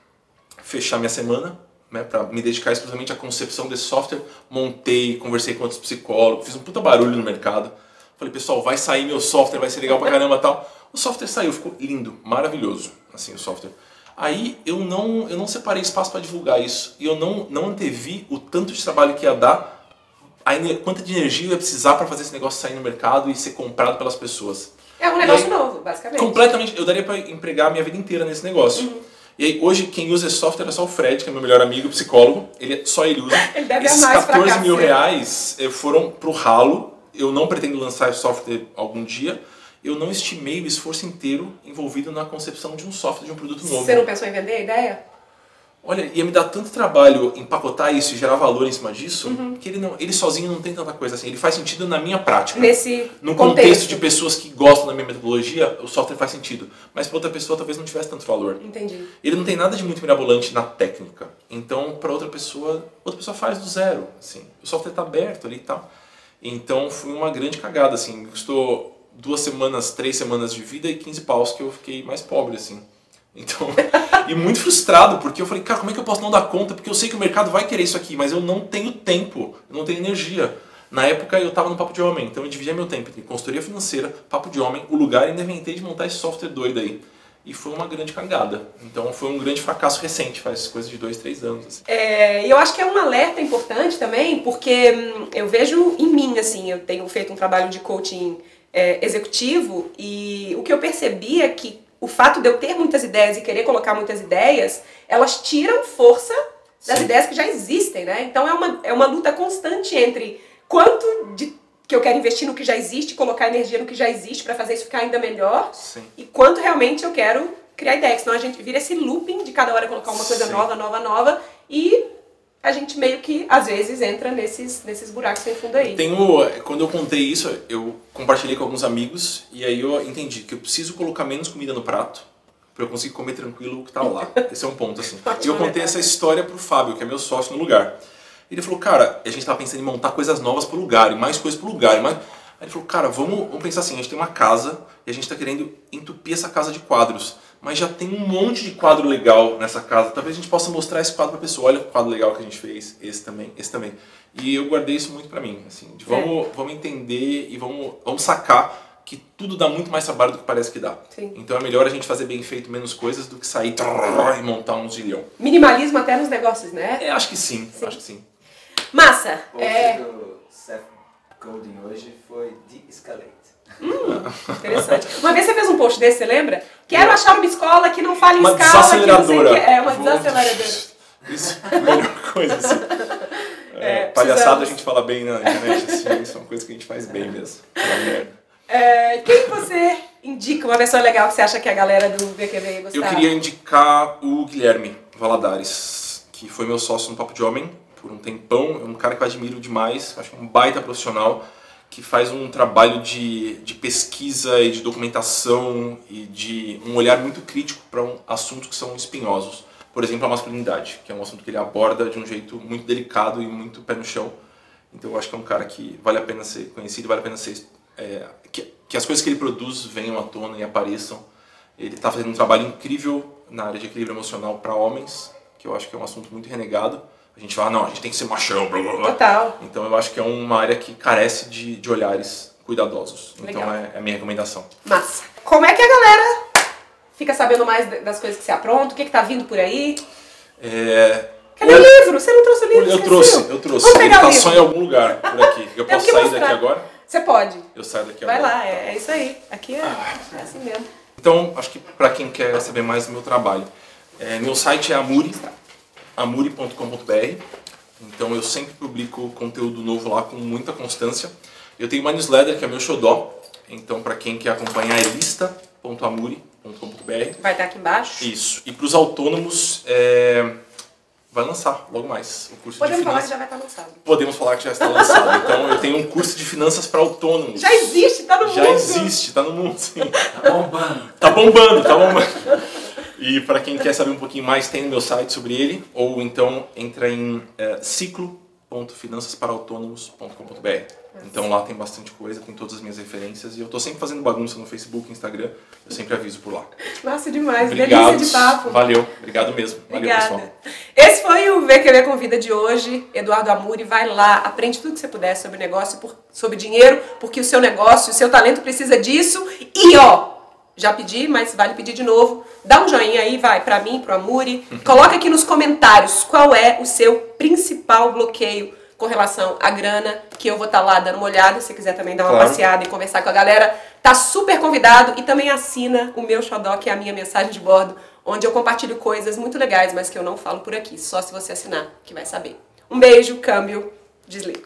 fechar minha semana, né, para me dedicar exclusivamente à concepção desse software. Montei, conversei com outros psicólogos, fiz um puta barulho no mercado. Falei, pessoal, vai sair meu software, vai ser legal pra caramba e tal. O software saiu, ficou lindo, maravilhoso, assim, o software. Aí eu não, eu não separei espaço para divulgar isso e eu não, não antevi o tanto de trabalho que ia dar, a quanta de energia eu ia precisar para fazer esse negócio sair no mercado e ser comprado pelas pessoas. É um negócio aí, novo, basicamente. Completamente, eu daria para empregar a minha vida inteira nesse negócio. Uhum. E aí hoje quem usa esse software é só o Fred, que é meu melhor amigo, psicólogo, ele, só ele usa. Ele deve Esses amar quatorze mil reais foram pro ralo, eu não pretendo lançar esse software algum dia. Eu não estimei o esforço inteiro envolvido na concepção de um software, de um produto novo. Você não pensou em vender a ideia? Olha, ia me dar tanto trabalho empacotar isso e gerar valor em cima disso, uhum. que ele, não, ele sozinho não tem tanta coisa assim. Ele faz sentido na minha prática. Nesse No contexto. contexto de pessoas que gostam da minha metodologia, o software faz sentido. Mas para outra pessoa talvez não tivesse tanto valor. Entendi. Ele não tem nada de muito mirabolante na técnica. Então, para outra pessoa, outra pessoa faz do zero. Assim. O software está aberto ali e tal. Então, foi uma grande cagada. Assim. Me custou duas semanas, três semanas de vida e quinze paus que eu fiquei mais pobre, assim. Então, e muito frustrado, porque eu falei, cara, como é que eu posso não dar conta? Porque eu sei que o mercado vai querer isso aqui, mas eu não tenho tempo, eu não tenho energia. Na época eu estava no Papo de Homem, então eu dividia meu tempo entre consultoria financeira, Papo de Homem, o lugar, e ainda inventei de montar esse software doido aí. E foi uma grande cagada. Então foi um grande fracasso recente, faz coisa de dois, três anos. Assim. É, eu acho que é um alerta importante também, porque hum, eu vejo em mim, assim, eu tenho feito um trabalho de coaching é, executivo, e o que eu percebi é que o fato de eu ter muitas ideias e querer colocar muitas ideias, elas tiram força das Sim. ideias que já existem, né? Então é uma, é uma luta constante entre quanto de, que eu quero investir no que já existe, colocar energia no que já existe para fazer isso ficar ainda melhor, Sim. e quanto realmente eu quero criar ideia, senão a gente vira esse looping de cada hora colocar uma coisa Sim. nova, nova, nova, e a gente meio que, às vezes, entra nesses, nesses buracos sem fundo aí. Tenho, quando eu contei isso, eu compartilhei com alguns amigos e aí eu entendi que eu preciso colocar menos comida no prato para eu conseguir comer tranquilo o que tá lá. Esse é um ponto, assim. E eu contei essa história pro Fábio, que é meu sócio no lugar. Ele falou, cara, a gente tava pensando em montar coisas novas pro lugar, e mais coisas pro lugar, e mais... Aí ele falou, cara, vamos, vamos pensar assim, a gente tem uma casa e a gente tá querendo entupir essa casa de quadros, mas já tem um monte de quadro legal nessa casa, talvez a gente possa mostrar esse quadro pra pessoa, olha o quadro legal que a gente fez, esse também, esse também. E eu guardei isso muito pra mim, assim, de vamos, é. vamos entender e vamos, vamos sacar que tudo dá muito mais trabalho do que parece que dá. Sim. Então é melhor a gente fazer bem feito menos coisas do que sair e montar um zilhão. Minimalismo até nos negócios, né? É, acho que sim, sim. acho que sim. Massa! O é... do Seth Godin hoje foi de-escalate. Hum, interessante. Uma vez você fez um post desse, você lembra? Quero achar uma escola que não fale em uma escala, que não sei o que. É, uma Vou... desaceleradora. Isso é a melhor coisa, assim. É, É, palhaçada a gente fala bem na internet, assim, isso é uma coisa que a gente faz bem mesmo. Fala merda. É, quem você indica, uma pessoa legal que você acha que a galera do V Q V ia gostar? Eu queria indicar o Guilherme Valadares, que foi meu sócio no Papo de Homem por um tempão. É um cara que eu admiro demais, acho que é um baita profissional, que faz um trabalho de, de pesquisa e de documentação e de um olhar muito crítico para um assuntos que são espinhosos. Por exemplo, a masculinidade, que é um assunto que ele aborda de um jeito muito delicado e muito pé no chão. Então eu acho que é um cara que vale a pena ser conhecido, vale a pena ser... É, que, que as coisas que ele produz venham à tona e apareçam. Ele está fazendo um trabalho incrível na área de equilíbrio emocional para homens, que eu acho que é um assunto muito renegado. A gente fala, não, a gente tem que ser machão, blá blá blá. Total. Então eu acho que é uma área que carece de, de olhares cuidadosos. Legal. Então é, é a minha recomendação. Massa. Como é que a galera fica sabendo mais das coisas que você apronta? O que, que tá vindo por aí? É... Cadê o livro? Você não trouxe o livro? Eu Esqueceu? trouxe, eu trouxe. Vamos Ele pegar tá o livro. só em algum lugar por aqui. Eu Temos posso que sair mostrar. daqui agora? Você pode. Eu saio daqui Vai agora. lá, é, é isso aí. Aqui é, é assim mesmo. Então, acho que para quem quer saber mais do meu trabalho, é, meu site é amuri, amuri ponto com ponto br. Então eu sempre publico conteúdo novo lá com muita constância. Eu tenho uma newsletter que é meu xodó. Então para quem quer acompanhar é lista ponto amuri ponto com ponto br. Vai estar aqui embaixo. Isso. E para os autônomos, é, vai lançar logo mais o curso Podemos de falar que finanças. já vai estar lançado. Podemos falar que já está lançado. Então eu tenho um curso de finanças para autônomos. Já existe, tá no Já mundo. existe, tá no mundo, sim. Tá bombando. Tá bombando, tá bombando. E para quem quer saber um pouquinho mais, tem no meu site sobre ele, ou então entra em é, ciclo ponto finanças para autônomos ponto com ponto br. Então lá tem bastante coisa, tem todas as minhas referências e eu tô sempre fazendo bagunça no Facebook, Instagram, eu sempre aviso por lá. Massa demais, Obrigado. delícia de papo. Valeu, obrigado mesmo. Valeu, Obrigada. pessoal. Esse foi o V Q V Convida de hoje. Eduardo Amuri, vai lá, aprende tudo que você puder sobre negócio, por, sobre dinheiro, porque o seu negócio, o seu talento precisa disso. E ó, já pedi, mas vale pedir de novo. Dá um joinha aí, vai, pra mim, pro Amuri. Coloca aqui nos comentários qual é o seu principal bloqueio com relação à grana, que eu vou estar lá dando uma olhada, se quiser também dar uma Claro. passeada e conversar com a galera. Tá super convidado e também assina o meu xodó, que é a minha mensagem de bordo, onde eu compartilho coisas muito legais, mas que eu não falo por aqui, só se você assinar, que vai saber. Um beijo, câmbio, desligo.